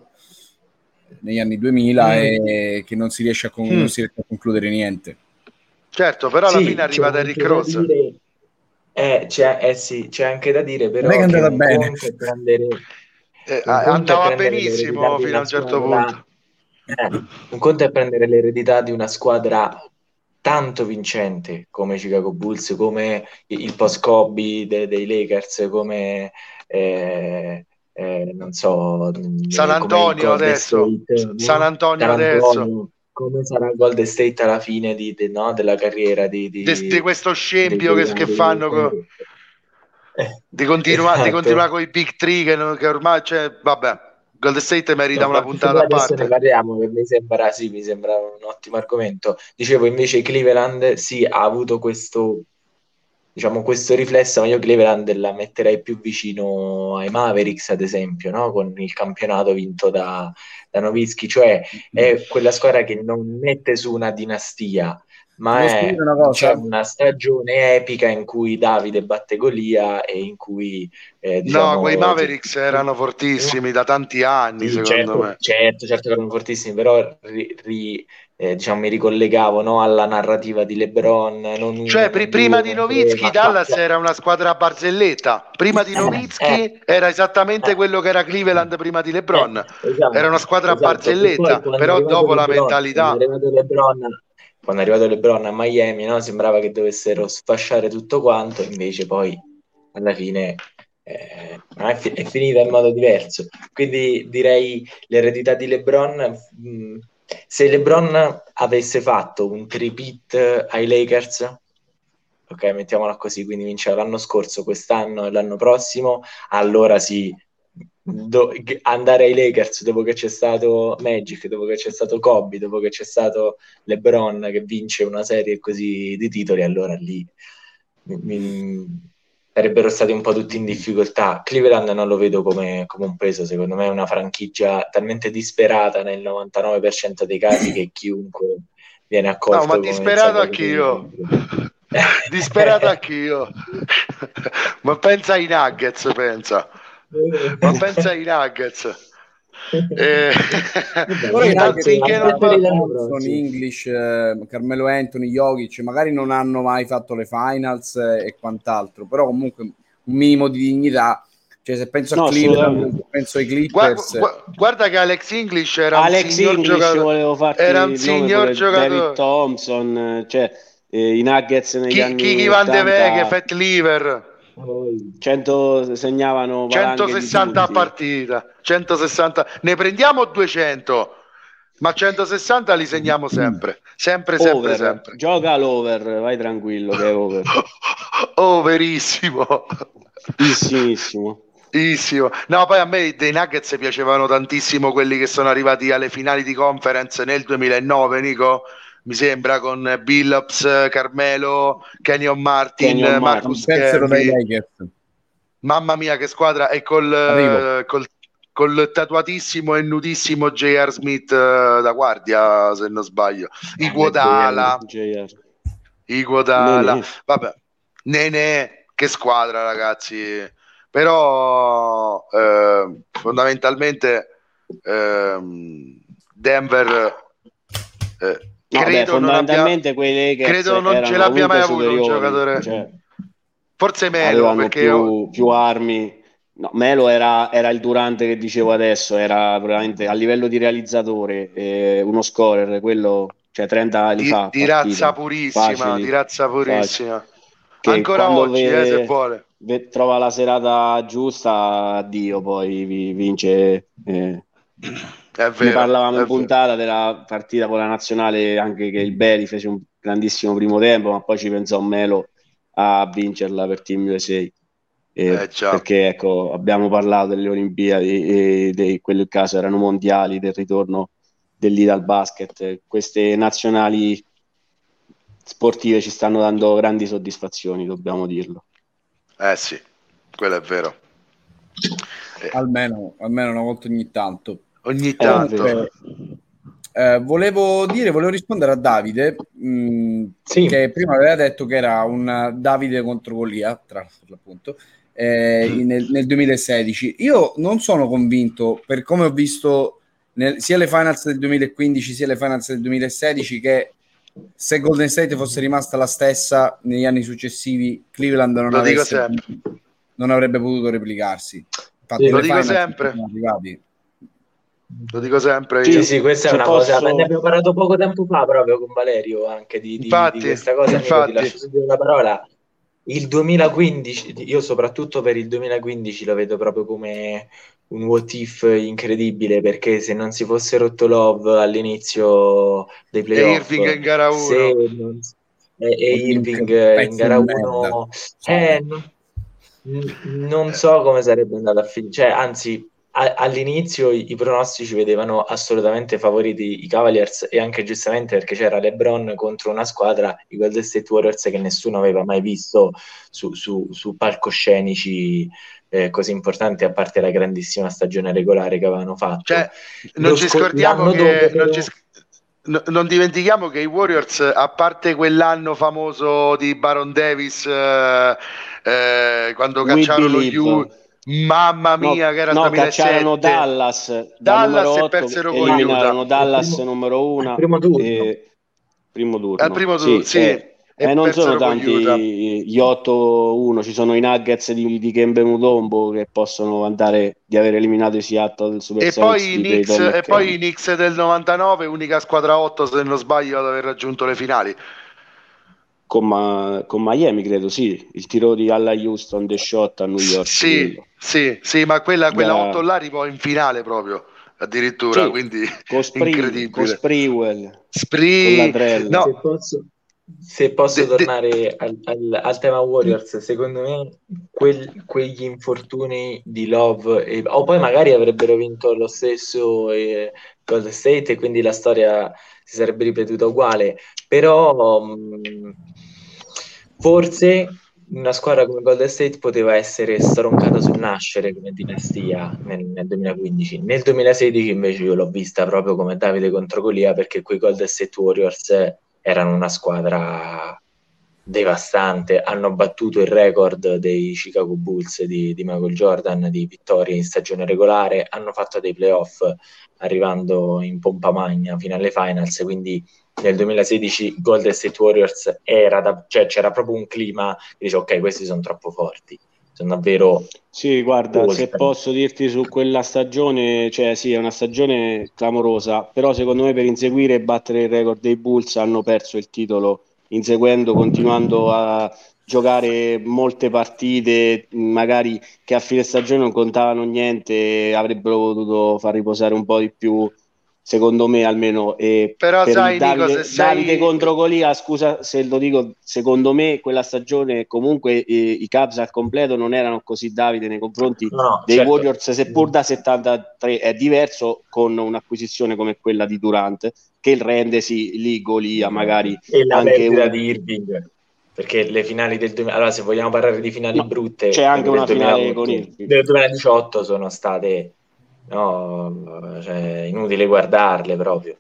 negli anni duemila, mm. e che non si riesce a, con- mm. non si riesce a concludere niente. Certo, però alla sì, fine arriva Derrick Rose. Dire, eh, c'è, eh sì, c'è anche da dire però non è che è andata che un bene. conto è prendere, eh, un conto andava è prendere benissimo fino a un certo squadra, punto. Eh, un conto è prendere l'eredità di una squadra tanto vincente come Chicago Bulls, come il post-Kobe de- dei Lakers, come eh, eh, non so, San Antonio adesso, State, San Antonio San adesso. Antonio, come sarà Golden State alla fine di, di, no, della carriera di, di, di, di questo scempio che, che fanno con, eh, di continuare esatto. di continuare con i big three che, non, che ormai, cioè, vabbè, Golden State merita no, una puntata a parte. Ne parliamo, che mi sembra, sì, mi sembra un ottimo argomento. Dicevo invece Cleveland sì, ha avuto questo, diciamo, questo riflesso, ma io Cleveland la metterei più vicino ai Mavericks, ad esempio, no? Con il campionato vinto da, da Nowitzki, cioè è quella squadra che non mette su una dinastia, ma è una, c'è una stagione epica in cui Davide batte Golia e in cui eh, diciamo, no, quei Mavericks ti... erano fortissimi da tanti anni, sì, secondo certo, me. Certo, certo che erano fortissimi, però ri, ri, eh, diciamo, mi ricollegavo, no, alla narrativa di LeBron. Non cioè, uno, pr- non prima due, di Nowitzki, tre, Dallas quattro. era una squadra a barzelletta. Prima di Nowitzki eh, era esattamente eh, quello che era Cleveland prima di LeBron. Eh, esatto, era una squadra esatto. a barzelletta, però dopo LeBron, la mentalità. Quando è arrivato LeBron, quando è arrivato LeBron a Miami, no, sembrava che dovessero sfasciare tutto quanto, invece poi alla fine eh, è, fi- è finita in modo diverso. Quindi direi l'eredità di LeBron. Mh, se LeBron avesse fatto un three-peat ai Lakers, ok, mettiamola così, quindi vinceva l'anno scorso, quest'anno e l'anno prossimo, allora sì, do- andare ai Lakers dopo che c'è stato Magic, dopo che c'è stato Kobe, dopo che c'è stato LeBron che vince una serie così di titoli, allora lì mi, mi, sarebbero stati un po' tutti in difficoltà. Cleveland non lo vedo come, come un peso, secondo me è una franchigia talmente disperata nel novantanove per cento dei casi che chiunque viene accolto. No, ma disperato anch'io. disperato anch'io. Ma pensa ai Nuggets, pensa. Ma pensa ai Nuggets. Eh, intanto finché non va... Thompson, English, eh, Carmelo Anthony, Jokic magari non hanno mai fatto le finals eh, e quant'altro, però comunque un minimo di dignità, cioè se penso a no, Cleveland, penso ai Clippers. Guarda, guarda che Alex English era Alex un signor English, giocatore, volevo farti era un signor giocatore. David Thompson, cioè eh, i Nuggets negli chi, anni Kiki Van de Veghe, Fat Lever, cento segnavano centosessanta a partita, centosessanta, ne prendiamo duecento, ma centosessanta li segniamo sempre, sempre, sempre, over. sempre. Gioca all'over, vai tranquillo che è over. Overissimo. Issimissimo. Issimissimo. No, poi a me dei Nuggets piacevano tantissimo quelli che sono arrivati alle finali di conference nel duemilanove, Nico. Mi sembra con Billups, Carmelo, Kenyon Martin, Kenyon Marcus Camby. Mamma mia che squadra, e col, col, col tatuatissimo e nudissimo J R. Smith uh, da guardia, se non sbaglio, Iguodala, Iguodala, vabbè, Nene, che squadra ragazzi, però eh, fondamentalmente eh, Denver eh, no, credo, beh, fondamentalmente non abbia, Lakers credo non ce l'abbia mai avuto un giocatore, cioè, forse Melo avevano perché più, io... più armi. No, Melo era, era il Durante che dicevo adesso, era veramente a livello di realizzatore eh, uno scorer, quello, cioè trenta li di, fa di razza purissima, facili, di razza purissima. facili. che ancora oggi, ve, eh, se vuole. Ve, trova la serata giusta, addio, poi vi, vince. Eh. È vero, ne parlavamo è in puntata vero. Della partita con la nazionale, anche che il Beri fece un grandissimo primo tempo, ma poi ci pensò Melo a vincerla per Team U S A. Eh, eh, perché ecco, abbiamo parlato delle Olimpiadi e di quel caso erano mondiali, del ritorno dell'Ital Basket. Queste nazionali sportive ci stanno dando grandi soddisfazioni, dobbiamo dirlo. Eh sì, quello è vero. Eh. Almeno, almeno una volta ogni tanto. Ogni tanto. Eh, eh, volevo dire, volevo rispondere a Davide, mh, sì. che prima aveva detto che era un Davide contro Golia, tra l'appunto, eh, mm. nel, nel duemilasedici. Io non sono convinto, per come ho visto nel, sia le finals del duemilaquindici sia le finals del duemilasedici, che se Golden State fosse rimasta la stessa negli anni successivi, Cleveland non, avesse, non avrebbe potuto replicarsi. Infatti, sì, lo dico sempre. Lo dico sempre. Sì, io. sì, questa è una posso... cosa. Ne abbiamo parlato poco tempo fa proprio con Valerio anche di, infatti, di, di questa cosa. Infatti. Amico, ti lascio subito la parola. Il duemilaquindici, io soprattutto per il duemilaquindici lo vedo proprio come un what if incredibile, perché se non si fosse rotto Love all'inizio dei playoff, e Irving in gara uno non, e, e Irving in gara uno, eh, non, non so come sarebbe andato a finire, cioè, anzi a, all'inizio i, i pronostici vedevano assolutamente favoriti i Cavaliers, e anche giustamente perché c'era LeBron contro una squadra, i Golden State Warriors, che nessuno aveva mai visto su, su, su palcoscenici eh, così importanti, a parte la grandissima stagione regolare che avevano fatto. Cioè, non Lo ci sc- scordiamo che dopo, però... non, ci, no, non dimentichiamo che i Warriors, a parte quell'anno famoso di Baron Davis eh, eh, quando We cacciarono believe. gli mamma mia, no, che era no, il duemilasette, cacciarono Dallas, Dallas da e persero con eliminarono Utah. Dallas primo, numero uno, primo turno. E, primo turno. Al primo turno, sì, sì. Eh, e eh, non sono persero tanti gli otto uno, ci sono i Nuggets di, di Kembe Mutombo che possono andare di aver eliminato i Seattle del Super e Sonics poi, di Knicks, Peyton e poi i Knicks del novantanove, unica squadra otto se non sbaglio ad aver raggiunto le finali. Con, ma, con Miami credo, sì, il tiro di Alla Houston, The Shot a New York. Sì, sì, sì, ma quella, quella da... otto là arrivò in finale proprio, addirittura, sì, quindi con Spree, incredibile. Con Sprewell, Spree, con la no. Se posso, se posso de, tornare de... Al, al, al tema Warriors, secondo me quel, quegli infortuni di Love, e, o poi magari avrebbero vinto lo stesso eh, Golden State, e quindi la storia si sarebbe ripetuta uguale, però mh, forse una squadra come Golden State poteva essere stroncata sul nascere come dinastia nel, nel duemilaquindici. Nel duemilasedici invece io l'ho vista proprio come Davide contro Golia, perché quei Golden State Warriors erano una squadra devastante, hanno battuto il record dei Chicago Bulls di, di Michael Jordan di vittorie in stagione regolare, hanno fatto dei playoff arrivando in pompa magna fino alle finals, quindi nel duemilasedici Golden State Warriors era da, cioè c'era proprio un clima che dice ok, questi sono troppo forti, sono davvero sì, guarda, oltre. Se posso dirti su quella stagione, cioè sì, è una stagione clamorosa, però secondo me per inseguire e battere il record dei Bulls hanno perso il titolo inseguendo, continuando a giocare molte partite magari che a fine stagione non contavano niente, avrebbero potuto far riposare un po' di più, secondo me almeno. E però per sai, il Davide, Nico, se sei... Davide contro Golia, scusa se lo dico, secondo me quella stagione comunque eh, i Cavs al completo non erano così Davide nei confronti no, no, dei certo. Warriors, seppur da settantatré è diverso con un'acquisizione come quella di Durant che il rende sì lì Golia magari e la anche perdita un... di Irving, perché le finali del duemila, allora se vogliamo parlare di finali no, brutte, c'è anche una finale duemilaotto, con Irving del duemiladiciotto sono state no, cioè, inutile guardarle proprio.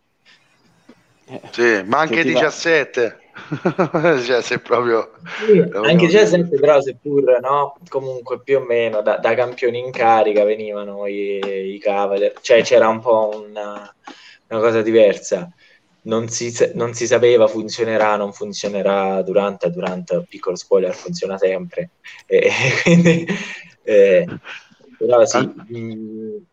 Sì, ma anche diciassette cioè se proprio sì, anche diciassette, però seppur no, comunque più o meno da, da campioni in carica venivano i, i Cavaliers, cioè c'era un po' una, una cosa diversa, non si, non si sapeva funzionerà, non funzionerà Durant, Durant, piccolo spoiler, funziona sempre, e, quindi eh, però sì, mh,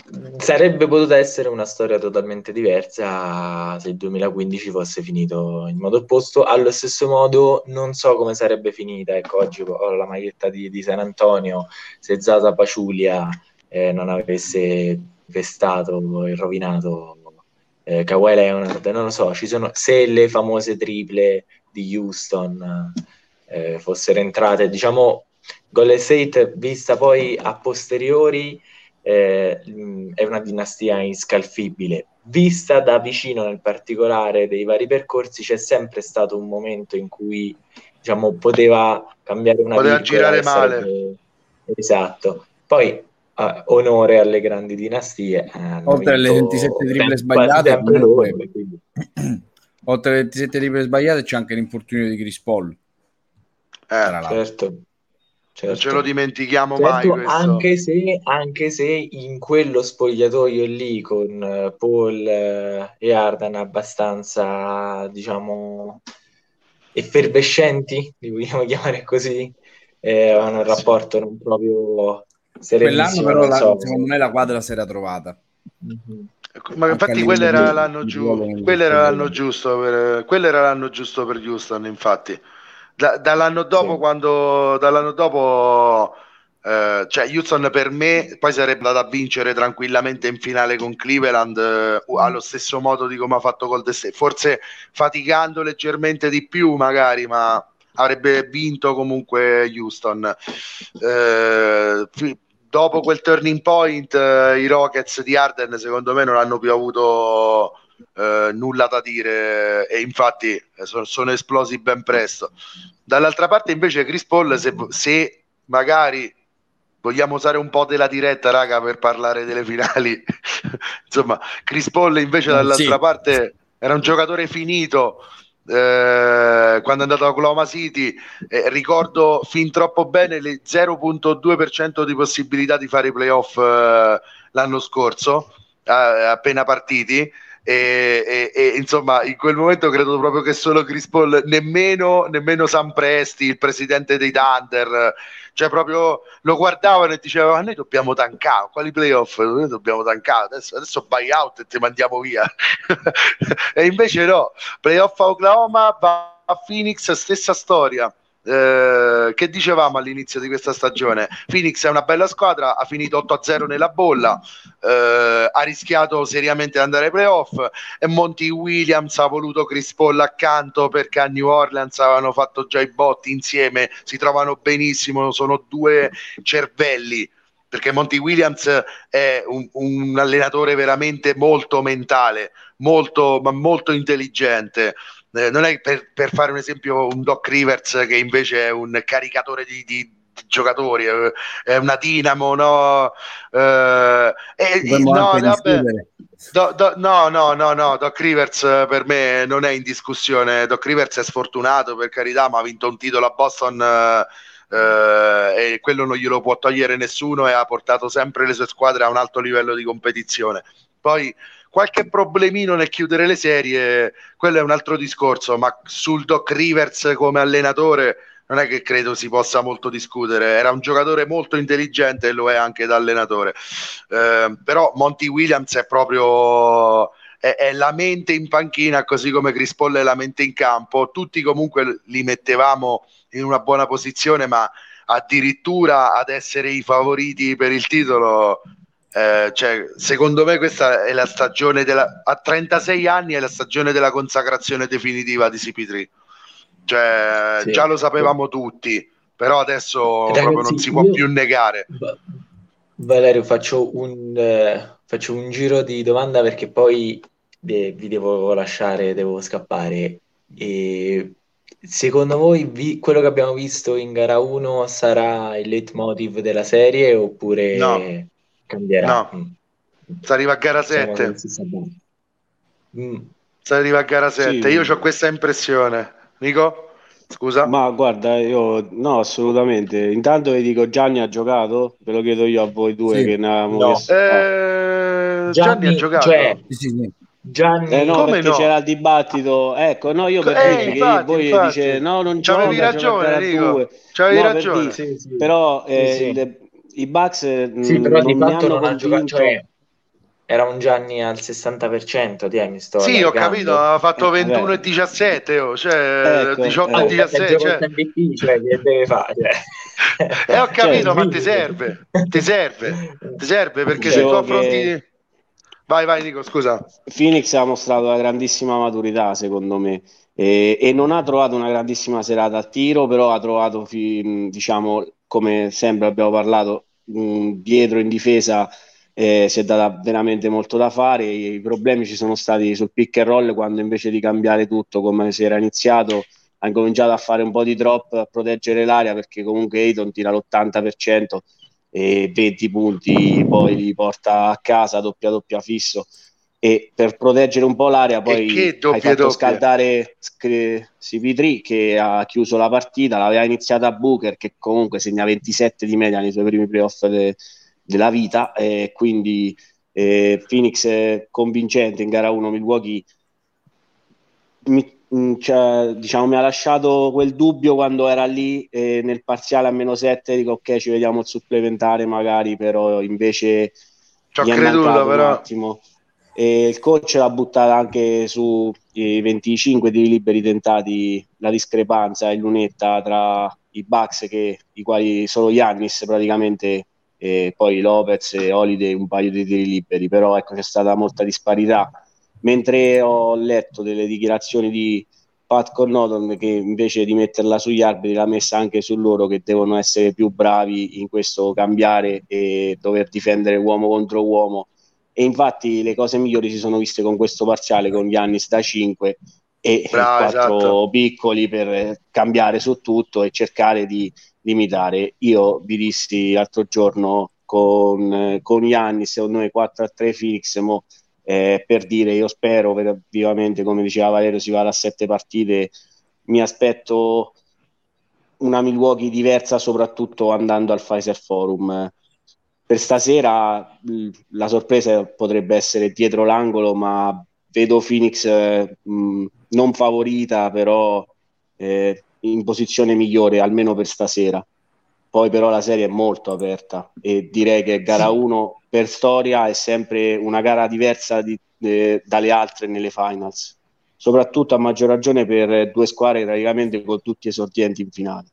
sarebbe potuta essere una storia totalmente diversa se il duemilaquindici fosse finito in modo opposto. Allo stesso modo non so come sarebbe finita, ecco, oggi ho la maglietta di, di San Antonio, se Zaza Pachulia eh, non avesse pestato e rovinato eh, Kawhi Leonard, non lo so, ci sono, se le famose triple di Houston eh, fossero entrate, diciamo Golden State vista poi a posteriori eh, è una dinastia inscalfibile. Vista da vicino nel particolare dei vari percorsi c'è sempre stato un momento in cui diciamo poteva cambiare una poteva virgola girare e male. sarebbe... esatto. Poi eh, onore alle grandi dinastie, eh, oltre alle ventisette triple sbagliate comunque, quindi... oltre alle ventisette triple sbagliate c'è anche l'infortunio di Chris Paul, eh, certo. Certo. Non ce lo dimentichiamo certo, mai questo. Anche se, anche se in quello spogliatoio lì con Paul e Harden abbastanza, diciamo, effervescenti, li vogliamo chiamare così, eh, avevano un rapporto non proprio serenissimo. Quell'anno però la, so, secondo me la quadra si era trovata. Mm-hmm. Ma infatti quello era l'anno giusto, quello era l'anno giusto per quello era l'anno giusto per Houston, infatti. Da, dall'anno dopo, sì. quando dall'anno dopo eh, cioè Houston per me poi sarebbe andato a vincere tranquillamente in finale con Cleveland eh, allo stesso modo di come ha fatto Golden State, forse faticando leggermente di più magari, ma avrebbe vinto comunque Houston. Eh, dopo quel turning point eh, i Rockets di Harden secondo me non hanno più avuto eh, nulla da dire e infatti eh, sono, sono esplosi ben presto. Dall'altra parte invece Chris Paul, se, se magari vogliamo usare un po' della diretta raga per parlare delle finali insomma Chris Paul invece dall'altra sì. parte era un giocatore finito. Eh, quando è andato a Oklahoma City eh, ricordo fin troppo bene le zero virgola due per cento di possibilità di fare i playoff eh, l'anno scorso eh, appena partiti e, e, e insomma in quel momento credo proprio che solo Chris Paul, nemmeno, nemmeno Sam Presti, il presidente dei Thunder, cioè proprio lo guardavano e dicevano: noi dobbiamo tankare, quali playoff? Noi dobbiamo tankare, adesso, adesso buyout e ti mandiamo via. E invece no, playoff a Oklahoma, va a Phoenix, stessa storia. Eh, che dicevamo all'inizio di questa stagione? Phoenix è una bella squadra, ha finito otto a zero nella bolla, eh, ha rischiato seriamente di andare ai playoff e Monty Williams ha voluto Chris Paul accanto perché a New Orleans avevano fatto già i botti insieme, si trovano benissimo, sono due cervelli, perché Monty Williams è un, un allenatore veramente molto mentale, molto, ma molto intelligente. Eh, non è per, per fare un esempio un Doc Rivers che invece è un caricatore di, di, di giocatori, è, è una dinamo, no? Eh, eh, no, vabbè, do, do, no, no, no, no, Doc Rivers per me non è in discussione. Doc Rivers è sfortunato, per carità, ma ha vinto un titolo a Boston eh, eh, e quello non glielo può togliere nessuno e ha portato sempre le sue squadre a un alto livello di competizione. Poi qualche problemino nel chiudere le serie, quello è un altro discorso, ma sul Doc Rivers come allenatore non è che credo si possa molto discutere. Era un giocatore molto intelligente e lo è anche da allenatore, eh, però Monty Williams è proprio è, è la mente in panchina, così come Chris Paul è la mente in campo. Tutti comunque li mettevamo in una buona posizione, ma addirittura ad essere i favoriti per il titolo. Eh, cioè, secondo me questa è la stagione della, a trentasei anni è la stagione della consacrazione definitiva di C P tre, cioè sì, già lo sapevamo sì. tutti, però adesso ragazzi, proprio non si può più negare. Valerio, faccio un eh, faccio un giro di domanda perché poi eh, vi devo lasciare, devo scappare. E secondo voi vi, quello che abbiamo visto in gara uno sarà il leitmotiv della serie oppure no? Cambierà. No, mm. si arriva a gara sette. Mm. Si arriva a gara sette. Sì. Io ho questa impressione. Nico? Scusa? Ma guarda, io no, assolutamente. Intanto vi dico, Gianni ha giocato? Ve lo chiedo io a voi due, sì. che ne avevamo no. messo. Eh, Gianni, Gianni ha giocato. Cioè, sì, sì. Gianni, eh no, come perché no? c'era il dibattito. Ecco, no, io per eh, dirvi infatti, che voi infatti. dice no, non c'avevi gioca, ragione, Nico. C'avevi no, ragione. Per sì, sì. Però eh, sì, sì. Le, i Bucks sì, però non di mi fatto hanno non ha giocato, cioè, era un Gianni al sessanta per cento, ti mi sto Sì, ho allargando. capito, ha fatto Eh, ventuno e vabbè. diciassette, oh, cioè Ecco, diciotto e eh. Ah, se diciassette, gioca cioè... il M V P, cioè che deve fare? Cioè. E ho Cioè, capito, ma ti serve, ti serve, ti serve, perché se tu dicevo affronti... che Vai, vai Nico, scusa. Phoenix ha mostrato una grandissima maturità, secondo me, e, e non ha trovato una grandissima serata al tiro, però ha trovato, fi- diciamo, come sempre abbiamo parlato, mh, dietro in difesa eh, si è data veramente molto da fare. I problemi ci sono stati sul pick and roll quando invece di cambiare tutto come si era iniziato, ha incominciato a fare un po' di drop a proteggere l'area perché comunque Ayton tira l'ottanta per cento e venti punti poi li porta a casa doppia doppia fisso e per proteggere un po' l'area E poi che hai doppie fatto doppie. scaldare C P tre che ha chiuso la partita, l'aveva iniziata Booker che comunque segna ventisette di media nei suoi primi playoff de- della vita e quindi eh, Phoenix è convincente in gara uno. Milwaukee mi, mh, cioè, diciamo, mi ha lasciato quel dubbio quando era lì eh, nel parziale a meno sette, dico ok ci vediamo il supplementare magari, però invece Ci ho gli è creduto, mancato un però. attimo e il coach l'ha buttata anche su i venticinque tiri liberi tentati, la discrepanza in lunetta tra i Bucks che, i quali solo Giannis praticamente e poi Lopez e Holiday un paio di tiri liberi, però ecco c'è stata molta disparità. Mentre ho letto delle dichiarazioni di Pat Connaughton che invece di metterla sugli arbitri l'ha messa anche su loro che devono essere più bravi in questo cambiare e dover difendere uomo contro uomo e infatti le cose migliori si sono viste con questo parziale con Giannis da cinque e Bravo, esatto. quattro piccoli per cambiare su tutto e cercare di limitare. Io vi dissi l'altro giorno con, con Giannis secondo me quattro a tre Phoenix mo, eh, per dire io spero per, vivamente come diceva Valerio si vada a sette partite, mi aspetto una Milwaukee diversa soprattutto andando al Pfizer Forum. Per stasera mh, la sorpresa potrebbe essere dietro l'angolo, ma vedo Phoenix eh, mh, non favorita, però eh, in posizione migliore, almeno per stasera. Poi però la serie è molto aperta e direi che gara Sì. uno per storia è sempre una gara diversa di, eh, dalle altre nelle finals, soprattutto a maggior ragione per due squadre praticamente con tutti esordienti in finale.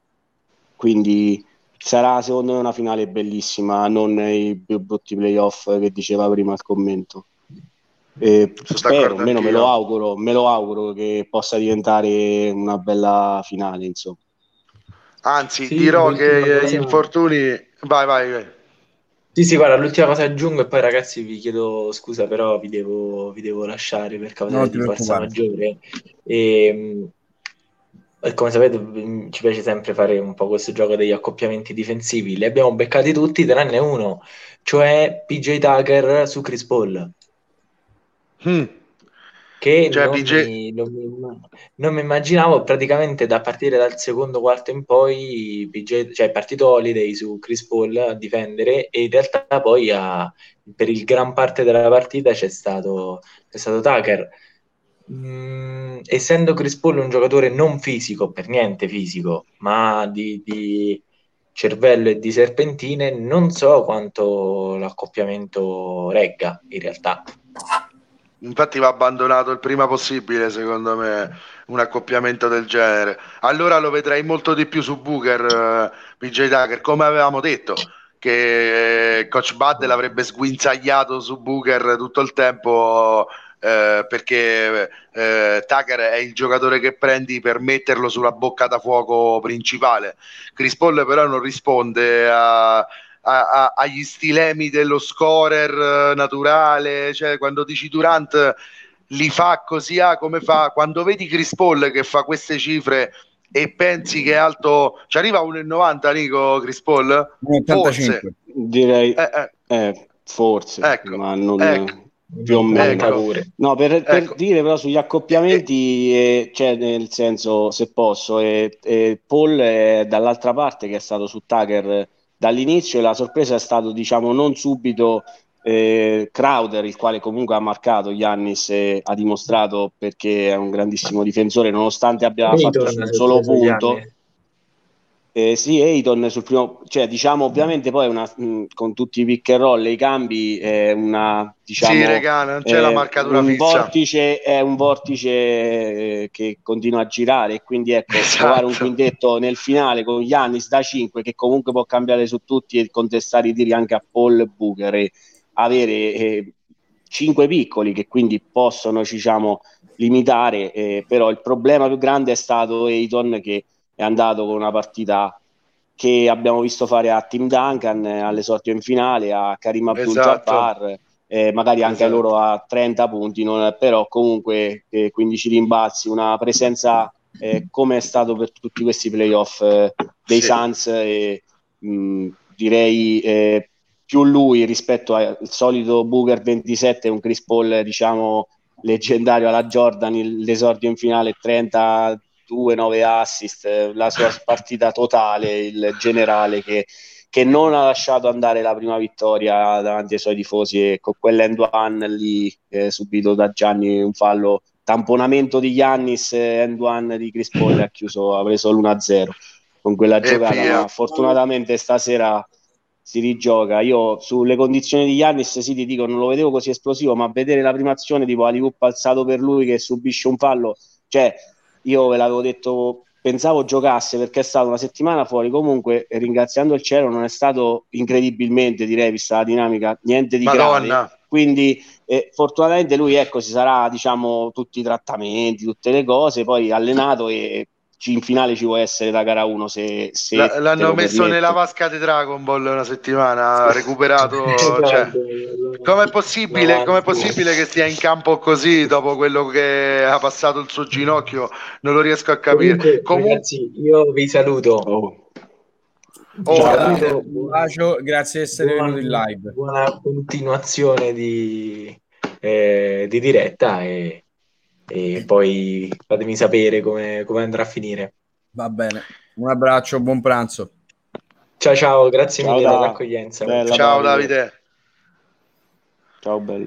Quindi sarà secondo me una finale bellissima, non i più brutti playoff che diceva prima il commento. E Sono spero, d'accordo almeno me lo anch'io. auguro, me lo auguro che possa diventare una bella finale, insomma. Anzi, Sì, dirò l'ultima che gli cosa. infortuni... Vai, vai, vai. Sì, sì, guarda, l'ultima cosa aggiungo e poi ragazzi vi chiedo scusa, però vi devo, vi devo lasciare per causa Non ti di forza preoccupare. maggiore. E, e come sapete mh, ci piace sempre fare un po' questo gioco degli accoppiamenti difensivi. Li abbiamo beccati tutti tranne uno, cioè P J Tucker su Chris Paul. Mm. Che Cioè, non P J... mi, non mi- non mi immaginavo praticamente da partire dal secondo quarto in poi, P J, cioè è partito Holiday su Chris Paul a difendere e in realtà poi a- per il gran parte della partita c'è stato, c'è stato Tucker. Mm, essendo Chris Paul un giocatore non fisico, per niente fisico, ma di, di cervello e di serpentine, non so quanto l'accoppiamento regga in realtà. Infatti va abbandonato il prima possibile, secondo me, un accoppiamento del genere. Allora lo vedrei molto di più su Booker, eh, P J Tucker, come avevamo detto, che eh, Coach Bud l'avrebbe sguinzagliato su Booker tutto il tempo, eh, perché eh, Tucker è il giocatore che prendi per metterlo sulla bocca da fuoco principale. Chris Paul però non risponde a a, a, agli stilemi dello scorer eh, naturale, cioè quando dici Durant li fa così, ah, come fa, quando vedi Chris Paul che fa queste cifre e pensi che è alto, ci arriva a uno e novanta Nico Chris Paul? Forse, ottantacinque. Direi eh, eh, eh, forse, ecco, ma non ecco, più o meno. ottanta ecco, pure. No, per, per ecco. dire però sugli E, e, accoppiamenti, eh, cioè nel senso, se posso, eh, eh, Paul è dall'altra parte che è stato su Tucker dall'inizio e la sorpresa è stato, diciamo, non subito eh, Crowder, il quale comunque ha marcato Giannis e ha dimostrato perché è un grandissimo difensore, nonostante abbia fatto Ayton un ha solo sorpreso gli punto. anni. Eh, sì, Ayton sul primo, cioè diciamo ovviamente poi una, mh, con tutti i pick and roll e i cambi è una, diciamo, sì, regà, non c'è la eh, marcatura un fissa. vortice, è un vortice eh, che continua a girare, e quindi ecco, Esatto. trovare un quintetto nel finale con Giannis da cinque che comunque può cambiare su tutti e contestare i tiri anche a Paul Booker, e avere eh, cinque piccoli che quindi possono, diciamo, limitare, eh, però il problema più grande è stato Ayton, che è andato con una partita che abbiamo visto fare a Tim Duncan eh, all'esordio in finale, a Karim Abdul-Jabbar, Esatto. eh, magari anche Esatto. a loro a trenta punti, non, però comunque eh, quindici rimbalzi, una presenza eh, come è stato per tutti questi playoff eh, dei Sì. Suns, e mh, direi eh, più lui rispetto al solito Booker ventisette, un Chris Paul diciamo leggendario alla Jordan, il, l'esordio in finale trentadue, nove assist, la sua partita totale, il generale che, che non ha lasciato andare la prima vittoria davanti ai suoi tifosi, e con quell'end one lì eh, subito da Gianni, un fallo, tamponamento di Giannis, end one di Chris Paul, ha chiuso, ha preso l'uno a zero con quella E giocata, via. ma fortunatamente stasera si rigioca. Io sulle condizioni di Giannis sì ti dico, non lo vedevo così esplosivo, ma vedere la prima azione tipo alley-oop alzato per lui che subisce un fallo, cioè io ve l'avevo detto, pensavo giocasse perché è stata una settimana fuori, comunque ringraziando il cielo non è stato incredibilmente, direi, vista la dinamica, niente di Madonna. grave, quindi eh, fortunatamente lui ecco si sarà, diciamo, tutti i trattamenti, tutte le cose, poi allenato, e in finale ci può essere la gara uno se, se L- l'hanno messo permette. nella vasca di Dragon Ball una settimana, ha recuperato. Cioè, com'è possibile, com'è possibile che stia in campo così dopo quello che ha passato il suo ginocchio? Non lo riesco a capire. Comunque, Comun- ragazzi, io vi saluto. Oh. Oh, Ciao, Davide. Davide, un bacio, grazie di essere Buon- venuto in live. Buona continuazione di, eh, di diretta, e, e poi fatemi sapere come, come andrà a finire. Va bene, un abbraccio, buon pranzo. Ciao ciao, grazie Ciao mille da- dell'accoglienza. bella Ciao Davide. Davide. Ciao bello.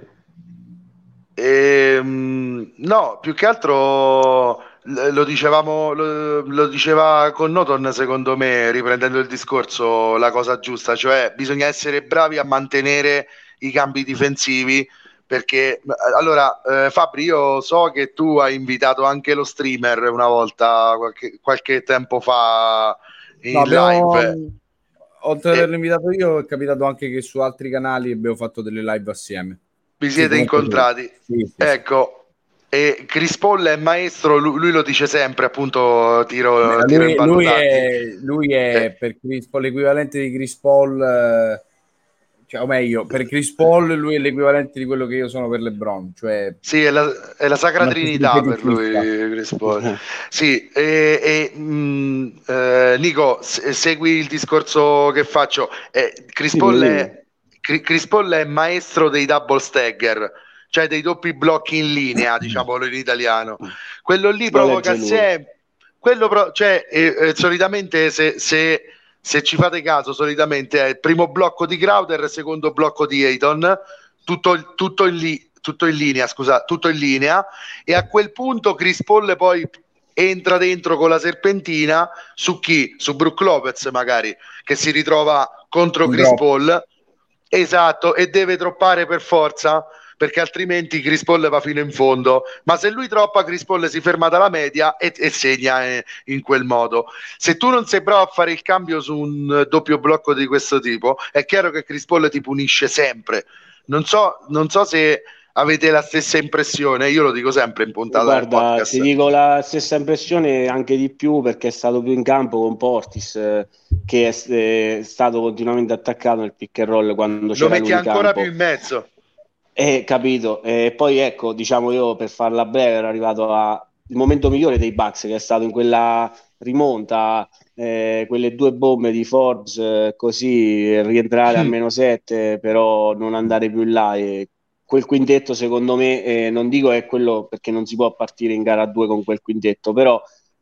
Ehm, no, più che altro l- lo dicevamo, lo, lo diceva con Noton, secondo me, riprendendo il discorso, la cosa giusta, cioè bisogna essere bravi a mantenere i cambi difensivi, perché allora eh, Fabri, io so che tu hai invitato anche lo streamer una volta, qualche, qualche tempo fa in No, abbiamo, live. oltre ad E- averlo invitato io, è capitato anche che su altri canali abbiamo fatto delle live assieme. Vi Sì, siete comunque incontrati? sì, sì, sì. Ecco, e Chris Paul è maestro, lui, lui lo dice sempre, appunto, tiro, Eh, tiro in Lui, lui ballottaggi. è, lui è Eh, per Chris Paul l'equivalente di Chris Paul, eh, cioè, o meglio, per Chris Paul lui è l'equivalente di quello che io sono per LeBron, cioè sì, è la, è la Sacra una specie di Trinità per lui, feticista. Chris Paul. Sì, e, e, mh, eh, Nico, se- segui il discorso che faccio. Eh, Chris Dimmi, Paul dimmi. è, Cri- Chris Paul è maestro dei double stagger, cioè dei doppi blocchi in linea, diciamolo in italiano. Quello lì Lo provoca legge lui. sempre, quello pro- cioè, eh, eh, solitamente se, se, se ci fate caso, solitamente è il primo blocco di Crowder, il secondo blocco di Ayton, tutto, tutto in lì. Tutto in linea, scusa, tutto in linea, e a quel punto Chris Paul poi entra dentro con la serpentina su chi? Su Brook Lopez magari, che si ritrova contro Chris Troppo. Paul, esatto, e deve troppare per forza, perché altrimenti Chris Paul va fino in fondo, ma se lui troppa Chris Paul si ferma dalla media e, e segna eh, in quel modo. Se tu non sei bravo a fare il cambio su un doppio blocco di questo tipo, è chiaro che Chris Paul ti punisce sempre. Non so, non so se avete la stessa impressione, io lo dico sempre in puntata del Guarda, podcast. ti dico la stessa impressione, anche di più, perché è stato più in campo con Portis, eh, che è, è stato continuamente attaccato nel pick and roll quando Lo c'era metti lui in ancora campo. più in mezzo. Eh, capito. E poi ecco, diciamo, io per farla breve ero arrivato al momento migliore dei Bucks, che è stato in quella rimonta, eh, quelle due bombe di Forbes, eh, così rientrare a meno sette, però non andare più in là. E quel quintetto, secondo me, eh, non dico è quello, perché non si può partire in gara a due con quel quintetto, però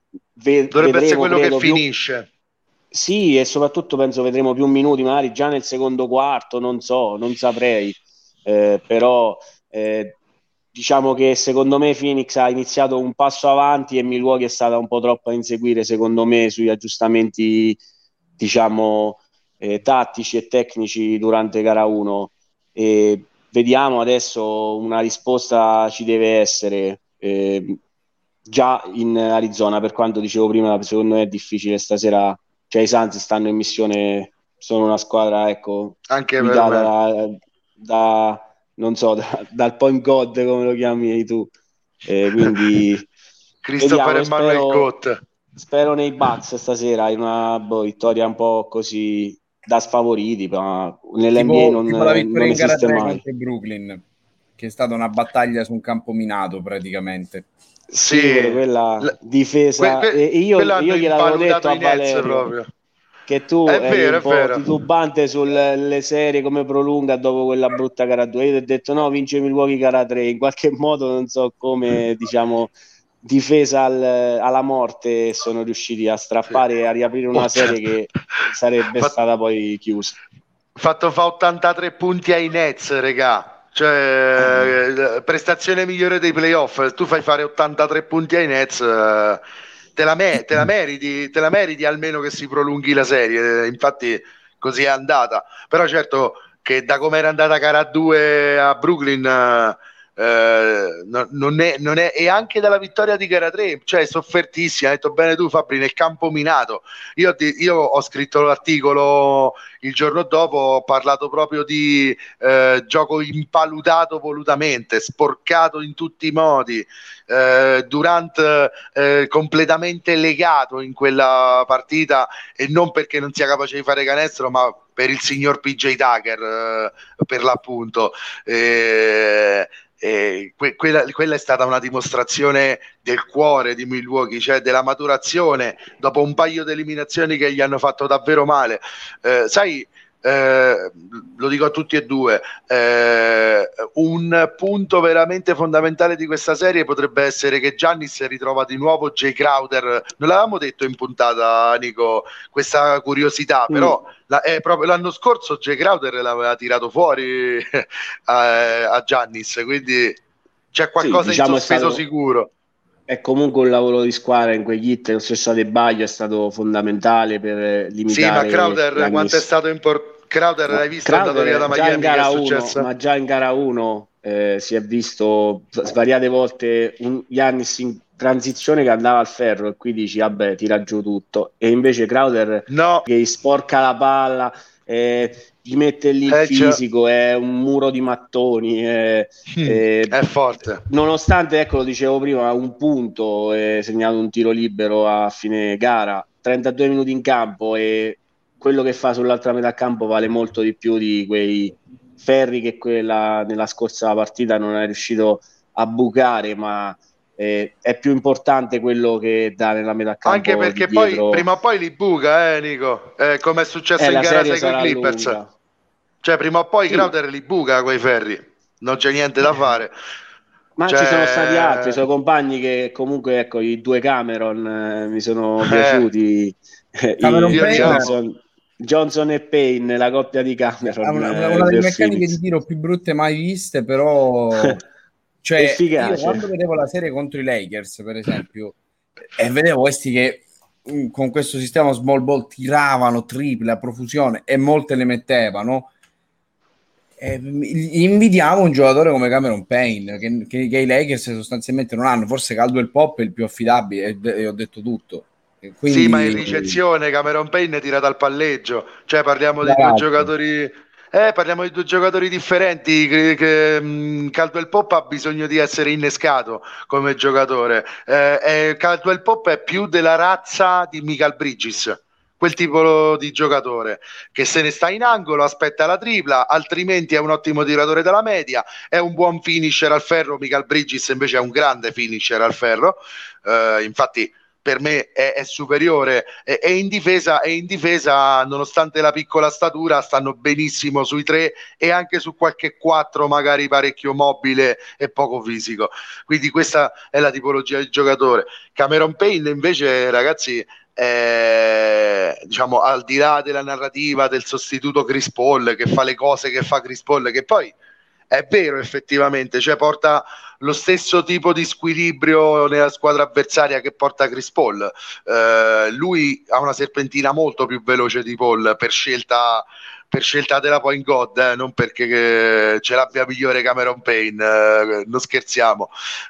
ve- Dovrebbe essere vedremo, quello credo, che più. finisce. Sì, e soprattutto penso vedremo più minuti, magari già nel secondo quarto, non so, non saprei. Eh, però eh, diciamo che secondo me Phoenix ha iniziato un passo avanti e Milwaukee è stata un po' troppo a inseguire, secondo me, sugli aggiustamenti, diciamo, eh, tattici e tecnici durante gara uno. E vediamo adesso, una risposta ci deve essere eh, già in Arizona, per quanto dicevo prima, secondo me è difficile stasera, cioè i Suns stanno in missione, sono una squadra, ecco, anche guidata per me. da, da non so, da, dal point god come lo chiami tu, eh, quindi Christopher vediamo, Emmanuel spero, Goat. spero nei Bucks stasera in una boh, vittoria un po' così da sfavoriti, ma nell'N B A Tipo, non, tipo la vittoria non in gara esiste tre mai. contro Brooklyn, che è stata una battaglia su un campo minato praticamente. Sì, Sì, pure quella L- difesa, que- e que- e io, quello io hanno gliel'avevo detto invalutato a i Nets Valerio proprio. che tu È eri vero, un è po' vero. titubante sulle serie, come prolunga dopo quella brutta gara due. Io ti ho detto no, vince Milwaukee gara tre, in qualche modo non so come, diciamo, difesa al- alla morte sono riusciti a Sì. strappare e a riaprire una serie che sarebbe Fa- stata poi chiusa. fatto fa ottantatré punti ai Nets, regà. Cioè, eh, prestazione migliore dei playoff. Tu fai fare ottantatré punti ai Nets, eh, te la, me- te la meriti, te la meriti almeno che si prolunghi la serie. Infatti, così è andata. Però, certo, che da come era andata gara due a Brooklyn, eh, eh, no- non è, non è, e anche dalla vittoria di gara tre, cioè soffertissima. Hai detto bene tu, Fabri, nel campo minato. Io, ti- io ho scritto l'articolo il giorno dopo, ho parlato proprio di eh, gioco impalutato volutamente, sporcato in tutti i modi, eh, Durant eh, completamente legato in quella partita, e non perché non sia capace di fare canestro, ma per il signor P J Tucker, eh, per l'appunto. Eh, eh, que- quella, quella è stata una dimostrazione del cuore di Milwaukee, cioè della maturazione dopo un paio di eliminazioni che gli hanno fatto davvero male. Eh, sai, eh, lo dico a tutti e due, eh, un punto veramente fondamentale di questa serie potrebbe essere che Giannis ritrova di nuovo Jay Crowder. Non l'avevamo detto in puntata, Nico, questa curiosità, Mm. però la, eh, proprio l'anno scorso Jay Crowder l'aveva tirato fuori a, a Giannis, quindi c'è qualcosa Sì, diciamo in è sospeso stato, sicuro. è comunque un lavoro di squadra in quegli hit, lo stesso Adebayo è stato fondamentale per Sì, ma limitare Crowder quanto è Giannis. stato importante? Crowder, Ma l'hai visto, è andato via da Crowder già in Miami, che è gara uno, successo? ma già in gara uno eh, si è visto svariate volte un Giannis in transizione che andava al ferro e qui dici vabbè tira giù tutto, e invece Crowder No, che sporca la palla, eh, gli mette lì il eh, già. fisico, è un muro di mattoni, eh, Mm, eh, è forte. nonostante, ecco, lo dicevo prima, un punto, è segnato un tiro libero a fine gara, trentadue minuti in campo, e quello che fa sull'altra metà campo vale molto di più di quei ferri che quella nella scorsa partita non è riuscito a bucare, ma eh, è più importante quello che dà nella metà Anche campo di perché poi dietro. prima o poi li buca, eh, Nico, eh, come è Eh, successo in la gara serie sei con i sarà Clippers. lunga. Cioè, prima o poi Sì, Crowder li buca quei ferri, non c'è niente da fare. ma ci sono stati altri, i Cioè, suoi compagni che comunque, ecco, i due Cameron eh, mi sono eh, piaciuti, eh, Cameron io li i Payne amo. Johnson, Johnson e Payne, la coppia di ha Cameron una, una- eh, una delle per meccaniche di Phoenix. tiro più brutte mai viste, però cioè io Efficace. quando vedevo la serie contro i Lakers, per esempio, e vedevo questi che mh, con questo sistema small ball tiravano triple a profusione e molte le mettevano, e invidiamo un giocatore come Cameron Payne che, che, che i Lakers sostanzialmente non hanno. Forse Caldwell Pop è il più affidabile e, e ho detto tutto. E Sì, ma in quindi ricezione Cameron Payne tira dal palleggio, cioè parliamo tra di due l'altro giocatori, eh, parliamo di due giocatori differenti. Che, che, mh, Caldwell Pope ha bisogno di essere innescato come giocatore. Eh, e Caldwell Pope è più della razza di Michael Bridges, quel tipo di giocatore che se ne sta in angolo, aspetta la tripla, altrimenti è un ottimo tiratore della media, è un buon finisher al ferro. Michael Bridges invece è un grande finisher al ferro, eh, infatti per me è, è superiore, e, e in difesa, e in difesa nonostante la piccola statura stanno benissimo sui tre e anche su qualche quattro magari parecchio mobile e poco fisico, quindi questa è la tipologia di giocatore. Cameron Payne invece, ragazzi, è, diciamo, al di là della narrativa del sostituto Chris Paul che fa le cose che fa Chris Paul, che poi è vero effettivamente, cioè porta lo stesso tipo di squilibrio nella squadra avversaria che porta Chris Paul. Eh, lui ha una serpentina molto più veloce di Paul per scelta, per scelta della point god, eh, non perché che ce l'abbia migliore Cameron Payne, eh, non scherziamo.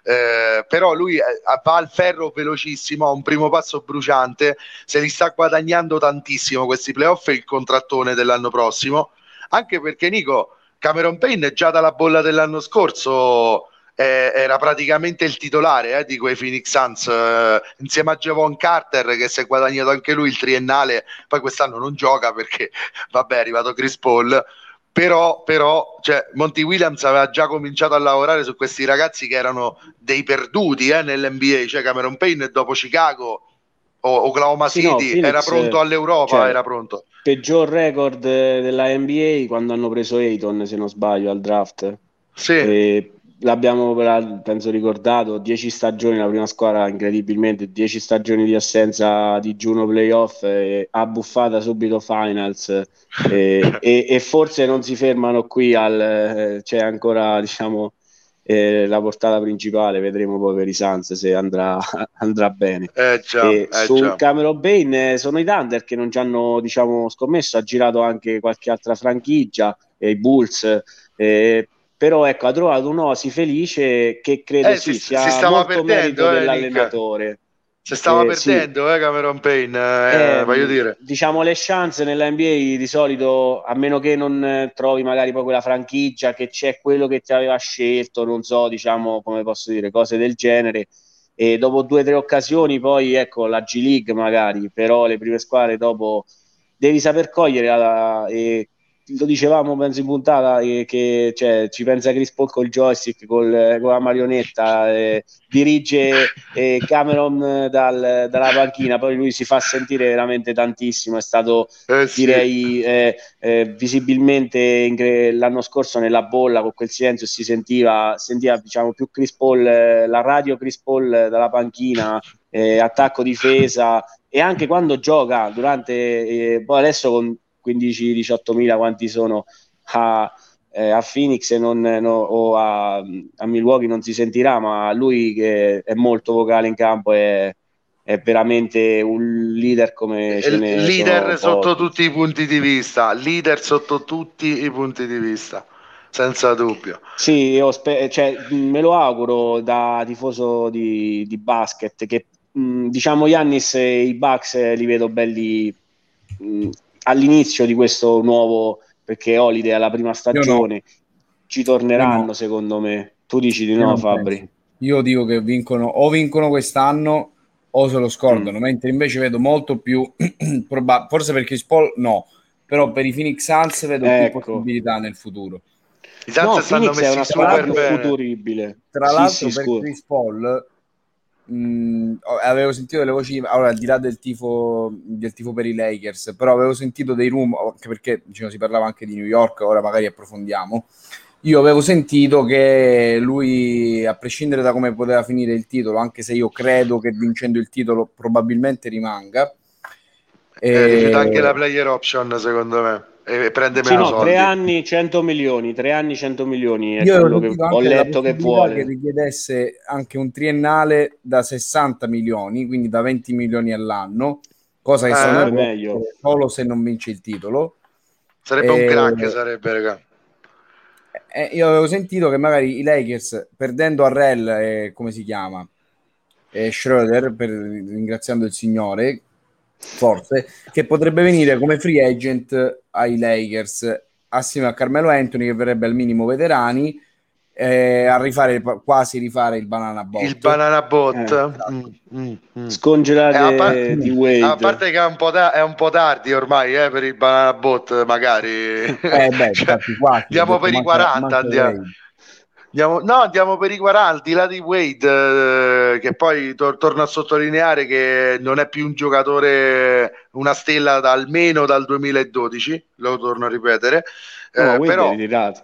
Eh, però lui eh, va al ferro velocissimo, ha un primo passo bruciante, se li sta guadagnando tantissimo questi playoff e il contrattone dell'anno prossimo, anche perché Nico, Cameron Payne già dalla bolla dell'anno scorso eh, era praticamente il titolare eh, di quei Phoenix Suns, eh, insieme a Javon Carter che si è guadagnato anche lui il triennale, poi quest'anno non gioca perché vabbè è arrivato Chris Paul, però, però cioè, Monty Williams aveva già cominciato a lavorare su questi ragazzi che erano dei perduti eh, nell'N B A, cioè Cameron Payne dopo Chicago o Oklahoma Sì, City no, Phoenix, era pronto all'Europa, cioè, era pronto. peggior record della N B A quando hanno preso Ayton, se non sbaglio, al draft. Sì. E l'abbiamo penso ricordato, dieci stagioni la prima squadra, incredibilmente dieci stagioni di assenza di Juno playoff, e abbuffata subito finals, e, e, e forse non si fermano qui al, c'è ancora diciamo eh, la portata principale, vedremo poi per i Suns se andrà, andrà bene. Eh già, E eh sul già. Cameron Payne eh, sono i Thunder che non ci hanno diciamo scommesso, ha girato anche qualche altra franchigia, eh, i Bulls, eh, però ecco, ha trovato un'oasi felice che credo Eh, sì, si, sia si stava molto merito perdendo, eh, dell'allenatore. si stava Eh, sì. perdendo, eh, Cameron Payne, eh, Eh, voglio dire. Diciamo le chance nella N B A di solito, a meno che non eh, trovi magari poi quella franchigia che c'è quello che ti aveva scelto, non so, diciamo, come posso dire, cose del genere, e dopo due o tre occasioni poi ecco la G League magari, però le prime squadre dopo devi saper cogliere la, e lo dicevamo penso in puntata eh, che cioè, ci pensa Chris Paul col joystick, col, con la marionetta, eh, dirige eh, Cameron eh, dal, dalla panchina, poi lui si fa sentire veramente tantissimo, è stato Eh, sì. direi eh, eh, visibilmente in, l'anno scorso nella bolla con quel silenzio si sentiva, sentiva diciamo più Chris Paul, eh, la radio Chris Paul eh, dalla panchina, eh, attacco difesa, e anche quando gioca durante eh, poi adesso con quindici diciotto mila quanti sono a, eh, a Phoenix e non, no, o a, a Milwaukee non si sentirà, ma lui che è molto vocale in campo è, è veramente un leader come ce ne leader sono sotto pochi. tutti i punti di vista, leader sotto tutti i punti di vista, senza dubbio. Sì, io spe- cioè, me lo auguro da tifoso di, di basket che mh, diciamo Giannis e i Bucks eh, li vedo belli mh, all'inizio di questo nuovo, perché Holiday alla prima stagione no. ci torneranno no. secondo me. Tu dici di no, Fabri? Penso. Io dico che vincono o vincono quest'anno o se lo scordano, mm. mentre invece vedo molto più probab- forse per Chris Paul no, però per i Phoenix Suns vedo ecco. più possibilità nel futuro. I Suns no, stanno Phoenix messi è una super più bene. futuribile. Tra sì, l'altro sì, per scusa. Chris Paul mh, avevo sentito delle voci, allora al di là del tifo del tifo per i Lakers, però avevo sentito dei rumor, anche perché diciamo, si parlava anche di New York, ora magari approfondiamo. Io avevo sentito che lui, a prescindere da come poteva finire il titolo, anche se io credo che vincendo il titolo probabilmente rimanga, eh, rifiuta anche la player option secondo me e prende sì, meno no, soldi. tre anni cento milioni, tre anni cento milioni è io quello che ho letto che vuole. Che richiedesse anche un triennale da sessanta milioni, quindi da venti milioni all'anno, cosa che eh, sarebbe meglio solo se non vince il titolo. Sarebbe e... un crack, sarebbe, raga. Eh, io avevo sentito che magari i Lakers, perdendo Arrell, eh, come si chiama, eh, Schroeder, per, ringraziando il Signore, forse, che potrebbe venire come free agent ai Lakers assieme a Carmelo Anthony, che verrebbe al minimo veterani, eh, a rifare quasi rifare il banana bot. Il banana bot. Eh. Mm, mm, mm. Scongelate eh, a, par- di Wade. a parte che è un po', da- è un po' tardi ormai eh, per il banana bot, magari. Eh beh, cioè, quasi, andiamo per i quaranta. Andiamo. Andiamo, no, andiamo per i quaranta, al di là di Wade, eh, che poi tor- torno a sottolineare che non è più un giocatore, una stella da, almeno dal duemiladodici, lo torno a ripetere. No, eh, però,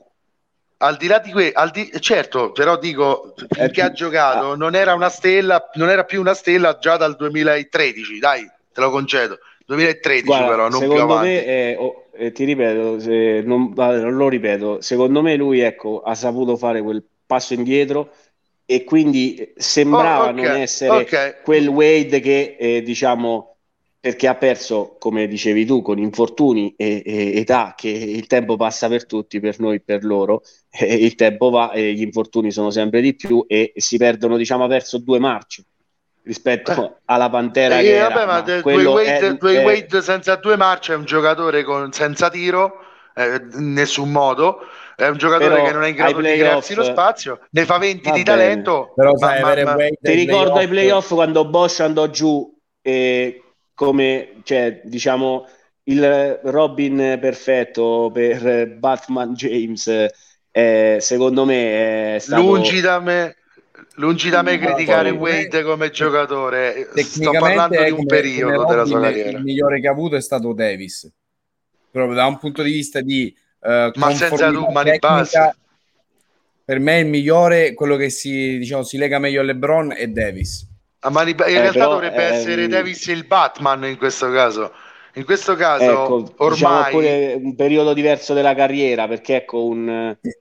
al di là di questo, di- certo, però dico, finché eh, ha giocato, ah. non era una stella, non era più una stella già dal duemilatredici, dai, te lo concedo. duemilatredici. Guarda, però, non secondo più avanti. me, è, oh, eh, ti ripeto, se non, non lo ripeto, secondo me lui ecco, ha saputo fare quel passo indietro e quindi sembrava Oh, okay, non essere okay. quel Wade che eh, diciamo, perché ha perso, come dicevi tu, con infortuni e, e età, che il tempo passa per tutti, per noi, per loro, e il tempo va e gli infortuni sono sempre di più e si perdono, diciamo, ha perso due marce rispetto Eh. alla Pantera Eh, che vabbè, era, ma ma de- Dwayne quello è, Wade, Dwayne è- Wade senza due marce è un giocatore con, senza tiro, eh, in nessun modo. È un giocatore che non è però in ai grado di crearsi playoff lo spazio, ne fa venti va di bene. talento, Però ma, sai, ma- avere ma- Wade Ti ai ricordo ai playoff, playoff quando Bosch andò giù e come, cioè, diciamo, il Robin perfetto per Batman James, eh, secondo me è lungi stato... da me, lungi da me allora, criticare Poi, Wade come tec- giocatore. Sto tecnicamente parlando di è un come, come periodo della sua Robin, il carriera, migliore che ha avuto è stato Davis, proprio da un punto di vista di eh, ma senza conformità tu, mani tecnica. basse. Per me il migliore, quello che si, diciamo, si lega meglio a LeBron è Davis. A mani ba- in eh, realtà però, dovrebbe essere ehm, Davis il Batman in questo caso. In questo caso, ecco, diciamo ormai, pure un periodo diverso della carriera, perché ecco un...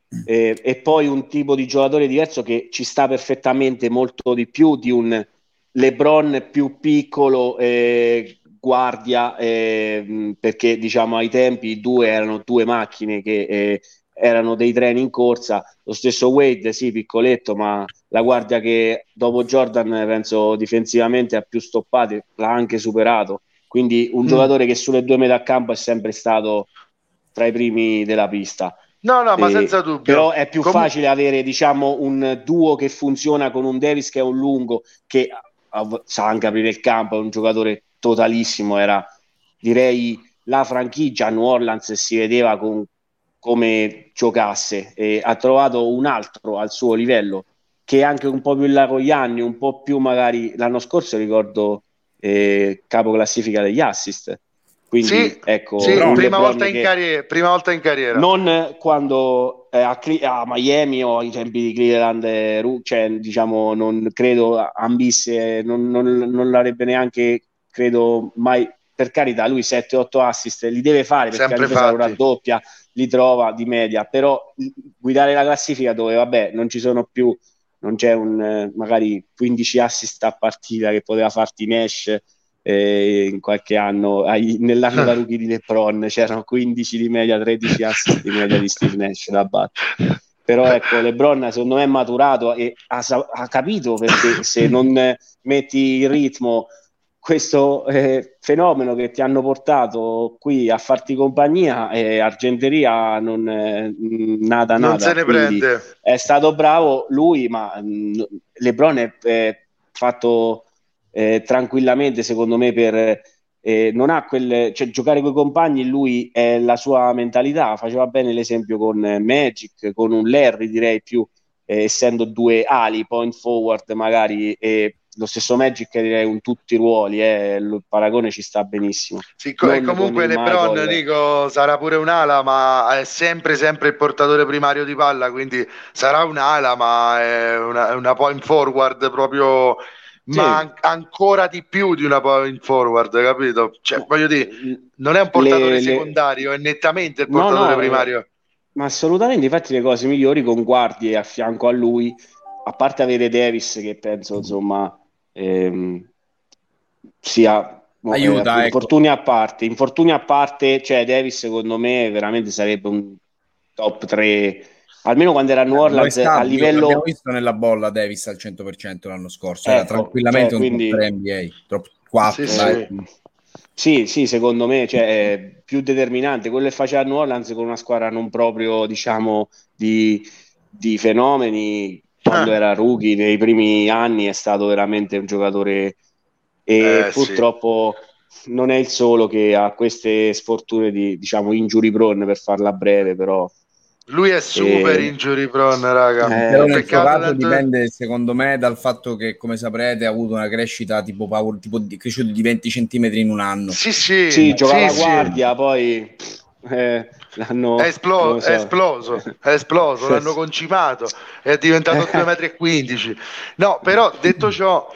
eh, e poi un tipo di giocatore diverso che ci sta perfettamente molto di più di un LeBron più piccolo, eh, guardia, eh, mh, perché diciamo ai tempi i due erano due macchine che eh, erano dei treni in corsa. Lo stesso Wade, sì, piccoletto, ma la guardia che dopo Jordan penso difensivamente ha più stoppati, l'ha anche superato. Quindi un mm. giocatore che sulle due metà campo è sempre stato tra i primi della pista. No, no, ma senza Eh, dubbio. però è più Comu- facile avere, diciamo, un duo che funziona con un Davis che è un lungo, che ah, sa anche aprire il campo, è un giocatore totalissimo, era direi la franchigia a New Orleans si vedeva con come giocasse e ha trovato un altro al suo livello che è anche un po' più in là con gli anni, un po' più magari l'anno scorso ricordo eh, capo classifica degli assist, sì, quindi ecco sì, un LeBron. prima LeBron volta in che carriera, prima volta in carriera. non quando eh, a, Cle- a Miami o ai tempi di Cleveland, eh, Ru- cioè, diciamo, non credo ambisse, non, non, non l'avrebbe neanche, credo mai, per carità, lui sette otto assist li deve fare perché la Sempre difesa lo fatti. raddoppia, li trova di media, però guidare la classifica dove, vabbè, non ci sono più, non c'è un eh, magari quindici assist a partita che poteva farti Nash eh, in qualche anno, ai, nell'anno da rookie di LeBron c'erano quindici di media, tredici assist di media di Steve Nash da battere. Però ecco, LeBron secondo me è maturato e ha, ha capito perché se non metti il ritmo questo eh, fenomeno che ti hanno portato qui a farti compagnia, eh, Argenteria non eh, nada Non se nada, ne quindi prende. è stato bravo lui, ma mh, LeBron è, è fatto eh, tranquillamente secondo me per eh, non ha quel, cioè, giocare con i compagni lui è la sua mentalità, faceva bene l'esempio con Magic, con un Larry direi più eh, essendo due ali, point forward magari, e lo stesso Magic direi un tutti i ruoli, eh, il paragone ci sta benissimo. Sì, co- e Non con comunque il LeBron, Michael. dico, sarà pure un'ala, ma è sempre, sempre il portatore primario di palla, quindi sarà un'ala, ma è una, è una point forward proprio, ma Sì, an- ancora di più di una point forward, capito? Cioè, ma, voglio dire, eh, non è un portatore le, le... secondario, è nettamente il no, portatore no, eh, primario. ma assolutamente, infatti le cose migliori con guardie a fianco a lui, a parte avere Davis che penso insomma ehm, sia mo, eh, Aiuta, ecco. infortuni a parte, infortuni a parte, cioè Davis secondo me veramente sarebbe un top tre, almeno quando era a New Lo è Orleans a stato, io- l'abbiamo livello, visto nella bolla Davis al cento per cento l'anno scorso, era ecco, cioè tranquillamente un top tre quindi N B A, top Sì, quattro, dai. sì. eh, sì, sì, secondo me cioè, è più determinante quello che faceva a New Orleans con una squadra non proprio, diciamo, di, di fenomeni. Quando Ah, era rookie nei primi anni è stato veramente un giocatore e eh sì. purtroppo non è il solo che ha queste sfortune di, diciamo, injury prone per farla breve, però Lui è super eh, injury prone, raga. Però eh, È nel suo peccato caso tanto... dipende, secondo me, dal fatto che, come saprete, ha avuto una crescita tipo, power, tipo di, cresciuto di venti centimetri in un anno. Sì, sì, sì, giocava sì, a sì. guardia, poi eh, È, l'hanno, non esplo- lo è so. esploso, è esploso, l'hanno concimato, è diventato due metri e quindici. No, però detto ciò,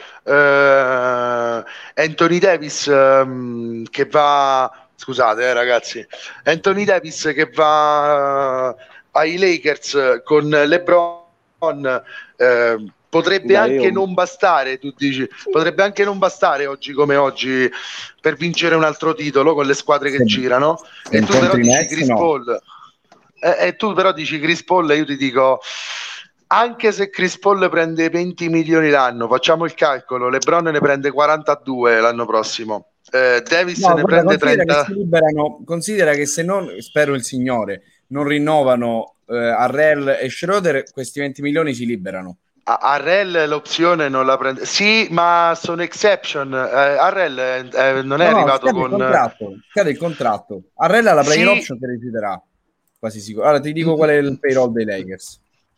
eh, Anthony Davis ehm, che va, scusate eh, ragazzi, Anthony Davis che va eh, ai Lakers con LeBron, eh, potrebbe Beh, anche io- non bastare, tu dici, potrebbe anche non bastare oggi come oggi per vincere un altro titolo con le squadre che Se- girano. se E tu però incontri dici Nets, Chris no. Paul, e, e tu però dici Chris Paul, e io ti dico, anche se Chris Paul prende venti milioni l'anno, facciamo il calcolo, LeBron ne prende quarantadue l'anno prossimo, eh, Davis No, ne guarda, prende considera che trenta. si liberano, considera che se non, spero il Signore, non rinnovano eh, Harrell e Schroeder, questi venti milioni si liberano. A- Harrell l'opzione non la prende, sì, ma sono exception. eh, Harrell eh, eh, non è No, no, arrivato scade il con contratto, scade il contratto. Harrell ha la player sì, option che rifiuterà, quasi sicuro. Allora ti dico mm, qual è il payroll dei Lakers.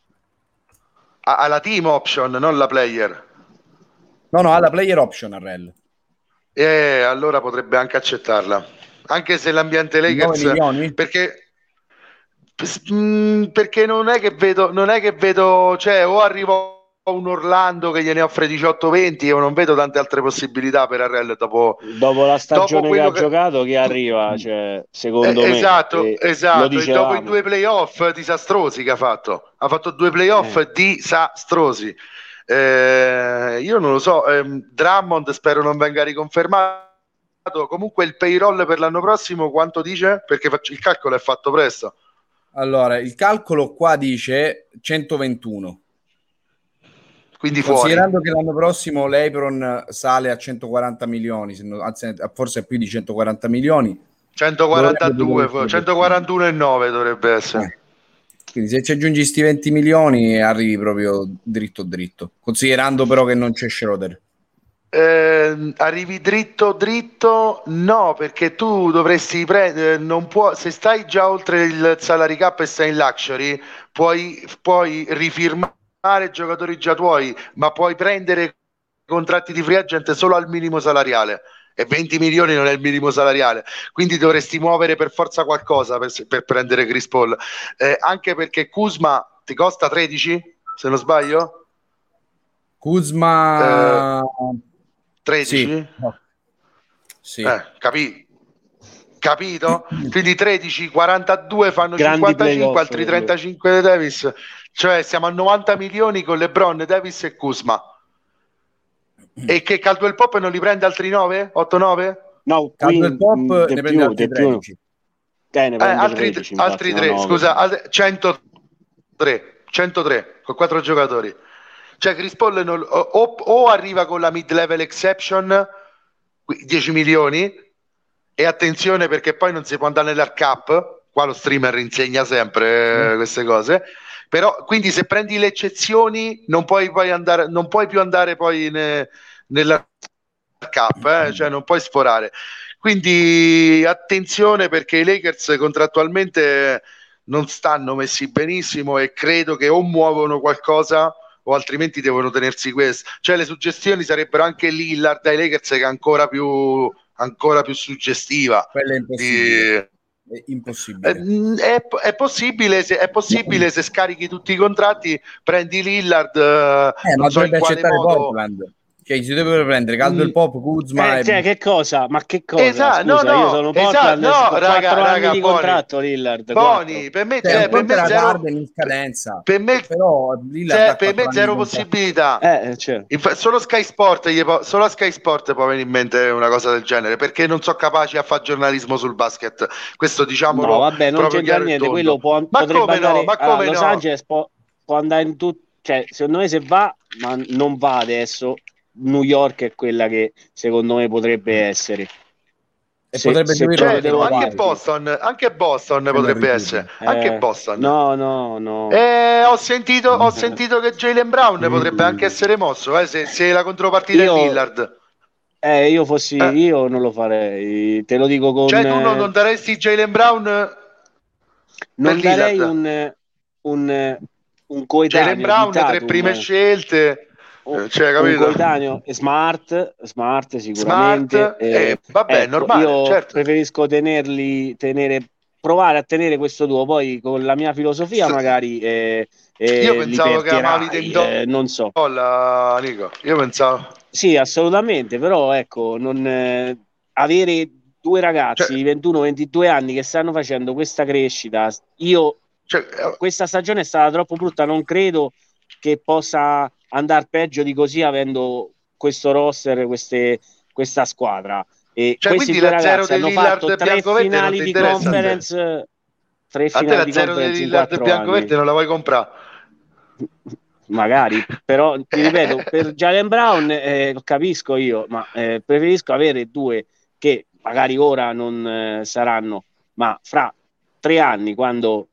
ha ha la team option, non la player. No, no, ha la player option Harrell. E allora potrebbe anche accettarla, anche se l'ambiente nove Lakers, milioni? perché mm, perché non è che vedo, non è che vedo, cioè o arrivo un Orlando che gliene offre diciotto venti, io non vedo tante altre possibilità per Harrell dopo, dopo la dopo stagione che quello ha che giocato, che tu- arriva, cioè, eh, secondo me, esatto, e lo esatto, e dopo i dicevamo, due playoff disastrosi che ha fatto, ha fatto due playoff eh, disastrosi. Eh, io non lo so, ehm, Drummond spero non venga riconfermato. Comunque il payroll per l'anno prossimo quanto dice? Perché faccio, il calcolo è fatto presto. Allora, il calcolo qua dice centoventuno. Quindi fuori Considerando che l'anno prossimo l'Apron sale a centoquaranta milioni, se non- anzi, forse a più di centoquaranta milioni, dovrebbe poter centoquarantadue, essere centoquarantuno e nove dovrebbe essere. possibile. Eh, Quindi se ci aggiungi sti venti milioni arrivi proprio dritto dritto, considerando però che non c'è Schroeder. Eh, arrivi dritto dritto? No, perché tu dovresti prendere, non può, se stai già oltre il salary cap e stai in luxury, puoi, puoi rifirmare giocatori già tuoi, ma puoi prendere contratti di free agent solo al minimo salariale. E venti milioni non è il minimo salariale, quindi dovresti muovere per forza qualcosa per, per prendere Chris Paul. Eh, anche perché Kuzma ti costa tredici, se non sbaglio? Eh, Kuzma, tredici? sì, no, sì. Eh, capi- capito? Quindi tredici, quarantadue fanno grandi cinquantacinque, playoff altri per lui. trentacinque di Davis, cioè siamo a novanta milioni con LeBron, Davis e Kuzma. E che Caldwell Pop non li prende altri nove? otto nove? No, Caldwell qui Pop mh, ne di prende più, altri di più. tredici. Eh, ne Eh, prende altri, tredici, altri infatti, tre, no, scusa, al- centotré, centotré con quattro giocatori. Cioè Chris Paul non- o, o arriva con la mid-level exception, qui- dieci milioni, e attenzione perché poi non si può andare nell'R cap, qua lo streamer insegna sempre eh, queste cose, però quindi se prendi le eccezioni non puoi, poi andare, non puoi più andare poi ne, nell'R cap, eh? Cioè non puoi sforare. Quindi attenzione perché i Lakers contrattualmente non stanno messi benissimo e credo che o muovono qualcosa o altrimenti devono tenersi questo. Cioè le suggestioni sarebbero anche Lillard dai Lakers che è ancora più, ancora più suggestiva. Quella è impossibile. Di... È impossibile. È, è, possibile se, è possibile se scarichi tutti i contratti, prendi Lillard, eh, Eh, non ma so in dovrebbe quale accettare modo. Portland. Cioè, si dovrebbe prendere Caldwell Mm. Pop, Kuzma Eh, e... cioè, che cosa? Ma che cosa? Esatto, no, Scusa, no, io sono esatto, Portland, no, sto raga, quattro anni raga, di Boni, contratto, Lillard. Boni, per me, Cioè, cioè, un per conto me era zero, Harden in scadenza, per me, però Lillard cioè, ha per quattro me anni zero di contratto. possibilità. Eh, cioè. Infa- solo Sky Sport, gli può- solo a Sky Sport può venire in mente una cosa del genere, perché non sono capaci a fare giornalismo sul basket. Questo diciamolo No, vabbè, non proprio c'entra chiaro e niente. tondo. Quello può, Ma potrebbe come andare no? Ma a come Los no? Angeles, può, può andare in tutto. Cioè, secondo me, se va, ma non va adesso. New York è quella che secondo me potrebbe essere. E Se, potrebbe se seguire proprio Certo, devo anche dire, Boston, anche Boston se lo potrebbe rifiuti. essere, anche eh, Boston. no, no, no. Eh, ho sentito, ho Eh. sentito che Jaylen Brown potrebbe anche essere mosso, eh, se, se la contropartita Io, è Lillard. eh, io fossi Eh, io non lo farei. Te lo dico con. Cioè tu non, eh, non daresti Jaylen Brown per non darei Lillard? un, un, un Jaylen coetaneo di Brown, tre prime Tatum. scelte, un, eh, cioè, un capito? coetaneo smart, smart Smart, sicuramente. eh, eh, vabbè, ecco, normale, io certo. preferisco tenerli, tenere, provare a tenere questo duo, poi con la mia filosofia S- magari eh, eh, Io li pensavo che amavi perderai, Dame eh, non so. Dolla, Nico. Io pensavo, Sì, assolutamente, però ecco, non, eh, avere due ragazzi cioè, di ventuno ventidue anni che stanno facendo questa crescita, io cioè, eh, questa stagione è stata troppo brutta, non credo che possa andare peggio di così avendo questo roster, queste, questa squadra. E cioè, questi quindi due la zero ragazzi di hanno Lillard fatto e tre Biancoverde non finali ti di interessa a te? conference, tre A te finali la di zero di conference in Lillard e quattro anni. Biancoverde non la vuoi comprare? Magari, però ti ripeto, per Jaylen Brown eh, lo capisco io, ma eh, preferisco avere due che magari ora non eh, saranno, ma fra tre anni, quando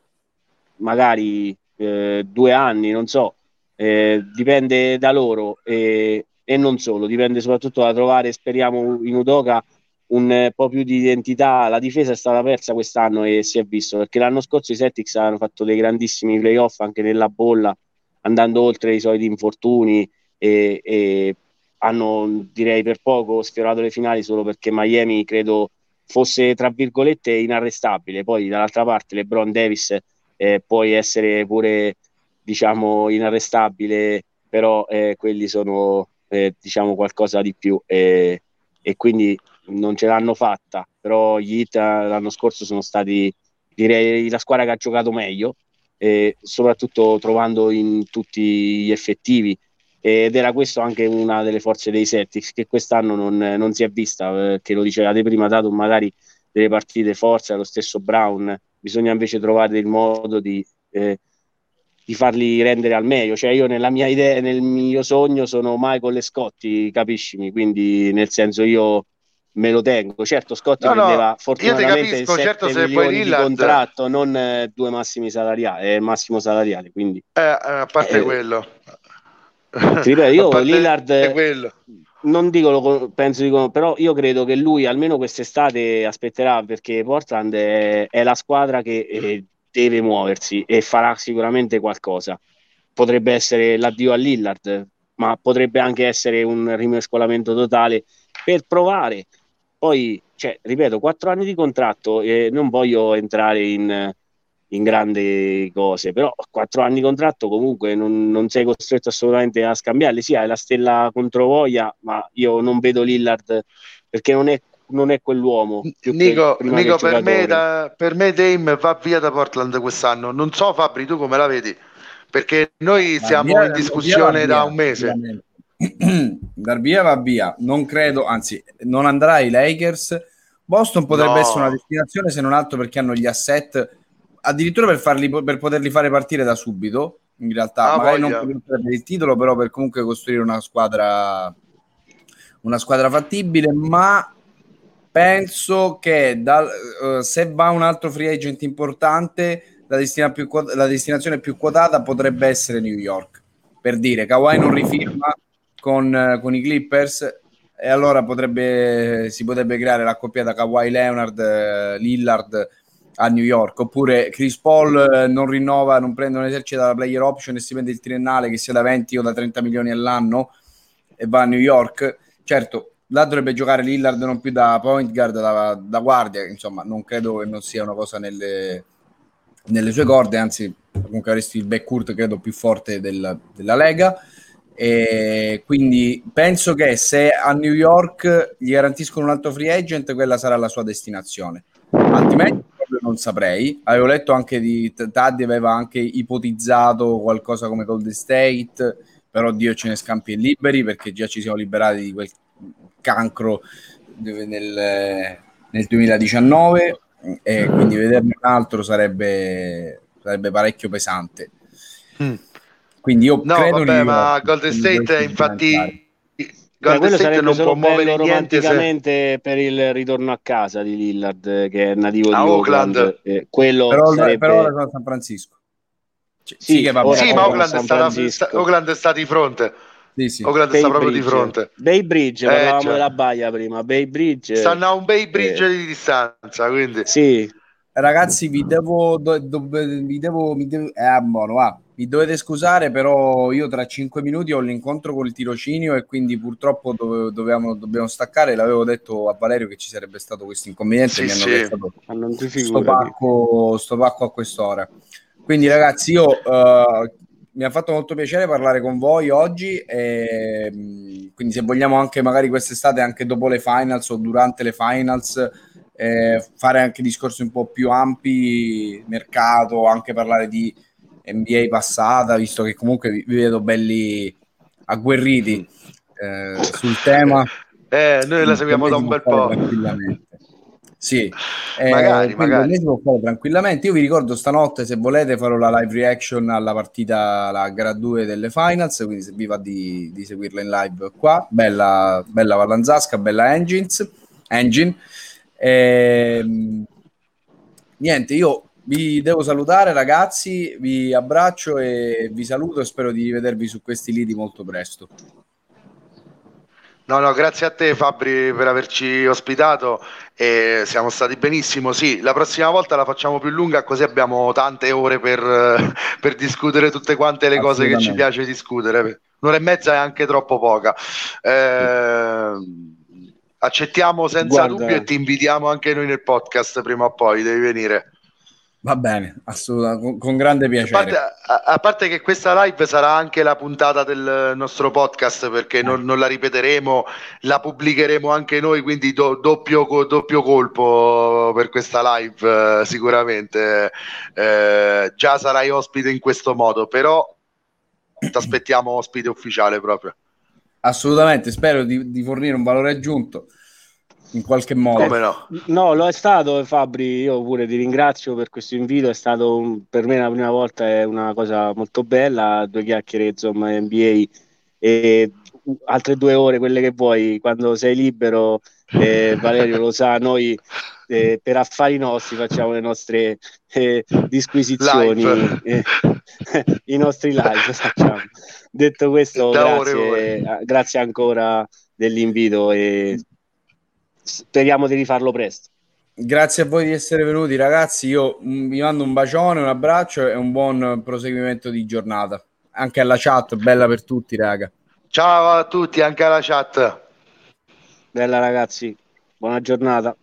magari eh, due anni, non so, eh, dipende da loro e, e non solo, dipende soprattutto da trovare, speriamo, in Udoka un eh, po' più di identità. La difesa è stata persa quest'anno e si è visto, perché l'anno scorso i Celtics hanno fatto dei grandissimi playoff anche nella bolla, andando oltre i soliti infortuni e, e hanno, direi, per poco sfiorato le finali solo perché Miami credo fosse, tra virgolette, inarrestabile. Poi dall'altra parte LeBron Davis eh, puoi essere pure, diciamo, inarrestabile, però eh, quelli sono, eh, diciamo, qualcosa di più e, e quindi non ce l'hanno fatta. Però gli Heat l'anno scorso sono stati, direi, la squadra che ha giocato meglio, e soprattutto trovando in tutti gli effettivi, ed era questo anche una delle forze dei Celtics, che quest'anno non, non si è vista, eh, che lo dicevate prima, dato magari delle partite forza, lo stesso Brown, bisogna invece trovare il modo di, eh, di farli rendere al meglio. Cioè io nella mia idea, nel mio sogno sono Michael e Scotti, capiscimi, quindi nel senso io me lo tengo. Certo, Scotti No, no, prendeva io ti fortunatamente capisco, certo, sette se poi milioni di Lillard, contratto, non eh, due massimi salariali, eh, massimo salariale, quindi eh, a parte eh, quello, ti ripeto, a io parte Lillard eh, quello, non dico lo con- penso di con- però io credo che lui almeno quest'estate aspetterà, perché Portland è, è la squadra che eh, deve muoversi e farà sicuramente qualcosa. Potrebbe essere l'addio a Lillard, ma potrebbe anche essere un rimescolamento totale per provare. Poi, cioè, ripeto, quattro anni di contratto, e non voglio entrare in, in grandi cose, però quattro anni di contratto comunque non, non sei costretto assolutamente a scambiarli. Sì, hai la stella controvoglia, ma io non vedo Lillard perché non è, non è quell'uomo più che Nico, prima che Nico, per me, giocatore. da, per me Dame va via da Portland quest'anno. Non so, Fabri, tu come la vedi? Perché noi Va via, siamo in va via, va discussione da via, un mese. sicuramente. Dar via va via, non credo, anzi non andrà ai Lakers. Boston potrebbe essere una No, destinazione, se non altro perché hanno gli asset addirittura per, farli, per poterli fare partire da subito, in realtà ha magari non voglia. per il titolo, però per comunque costruire una squadra una squadra fattibile, ma penso che dal, uh, se va un altro free agent importante, la, destina più, la destinazione più quotata potrebbe essere New York. Per dire, Kawhi non rifirma con, uh, con i Clippers e allora potrebbe, si potrebbe creare l'accoppiata Kawhi Leonard, uh, Lillard a New York, oppure Chris Paul uh, non rinnova, non prende un esercito dalla player option e si prende il triennale che sia da venti o da trenta milioni all'anno e va a New York. Certo, là dovrebbe giocare Lillard non più da point guard, da, da guardia, insomma non credo che non sia una cosa nelle, nelle sue corde, anzi comunque avresti il backcourt credo più forte del, della Lega, e quindi penso che se a New York gli garantiscono un altro free agent, quella sarà la sua destinazione, altrimenti proprio non saprei. Avevo letto anche di Taddi, aveva anche ipotizzato qualcosa come Golden State, però Dio ce ne scampi e liberi, perché già ci siamo liberati di quel cancro nel, nel duemiladiciannove, e quindi vederne un altro sarebbe, sarebbe parecchio pesante. Mm. Quindi io No, credo vabbè, New ma York, Golden State, infatti, Beh, Golden quello State sarebbe non può solo muovere bello niente se romanticamente per il ritorno a casa di Lillard, che è nativo a di Oakland. Oakland. Eh, quello però, però ora sarebbe... sono a San Francisco. C- sì, Sì, che vabbè, ora Sì, ma sono a Oakland, Oakland San sta, sta, Francisco. Oakland sta di fronte. sì, sì. Oakland sta Bay proprio di Bridge. fronte. Bay Bridge, Eh, parlavamo già. della baia prima. Bay Bridge. Stanno a un Bay Bridge Eh, di distanza, quindi sì, Ragazzi, vi devo, do, do, vi devo, mi devo eh, buono, va. Vi dovete scusare, però io tra cinque minuti ho l'incontro col tirocinio e quindi purtroppo dove, dovevamo, dobbiamo staccare. L'avevo detto a Valerio che ci sarebbe stato questo inconveniente, sì, mi hanno sì. lasciato ma non ti sto figurati. pacco, sto pacco a quest'ora. Quindi ragazzi, io uh, mi ha fatto molto piacere parlare con voi oggi, e quindi se vogliamo anche magari quest'estate, anche dopo le finals o durante le finals, eh, fare anche discorsi un po' più ampi, mercato, anche parlare di N B A passata, visto che comunque vi, vi vedo belli agguerriti eh, sul tema. Eh, noi la seguiamo da un bel po'. Tranquillamente. Sì, eh, magari, magari. Si può fare tranquillamente. Io vi ricordo stanotte, se volete, farò la live reaction alla partita, la gara due delle finals, quindi se vi va di, di seguirla in live qua, bella, bella Vallanzasca, bella Engines, Engine. Eh, niente, io vi devo salutare ragazzi, vi abbraccio e vi saluto e spero di rivedervi su questi lidi molto presto. No, no, grazie a te Fabri per averci ospitato e siamo stati benissimo. Sì, la prossima volta la facciamo più lunga così abbiamo tante ore per, per discutere tutte quante le cose che ci piace discutere. Un'ora e mezza è anche troppo poca. Eh, accettiamo senza Guarda, dubbio e ti invitiamo anche noi nel podcast prima o poi, devi venire. Va bene, assolutamente, con, con grande piacere. A parte, a, a parte che questa live sarà anche la puntata del nostro podcast, perché eh. non, non la ripeteremo, la pubblicheremo anche noi, quindi do, doppio, doppio colpo per questa live eh, sicuramente. Eh, già sarai ospite in questo modo, però ti aspettiamo ospite ufficiale proprio. Assolutamente, spero di, di fornire un valore aggiunto in qualche modo. Come no? No, lo è stato Fabri, io pure ti ringrazio per questo invito, è stato un, per me la prima volta, è una cosa molto bella, due chiacchiere insomma N B A e altre due ore, quelle che vuoi, quando sei libero, eh, Valerio lo sa, noi eh, per affari nostri facciamo le nostre eh, disquisizioni, eh, i nostri live facciamo. Detto questo, da grazie, ore ore. grazie ancora dell'invito e speriamo di rifarlo presto. Grazie a voi di essere venuti ragazzi, io vi mando un bacione, un abbraccio e un buon proseguimento di giornata. Anche alla chat, bella per tutti raga. Ciao a tutti, anche alla chat. Bella ragazzi, buona giornata.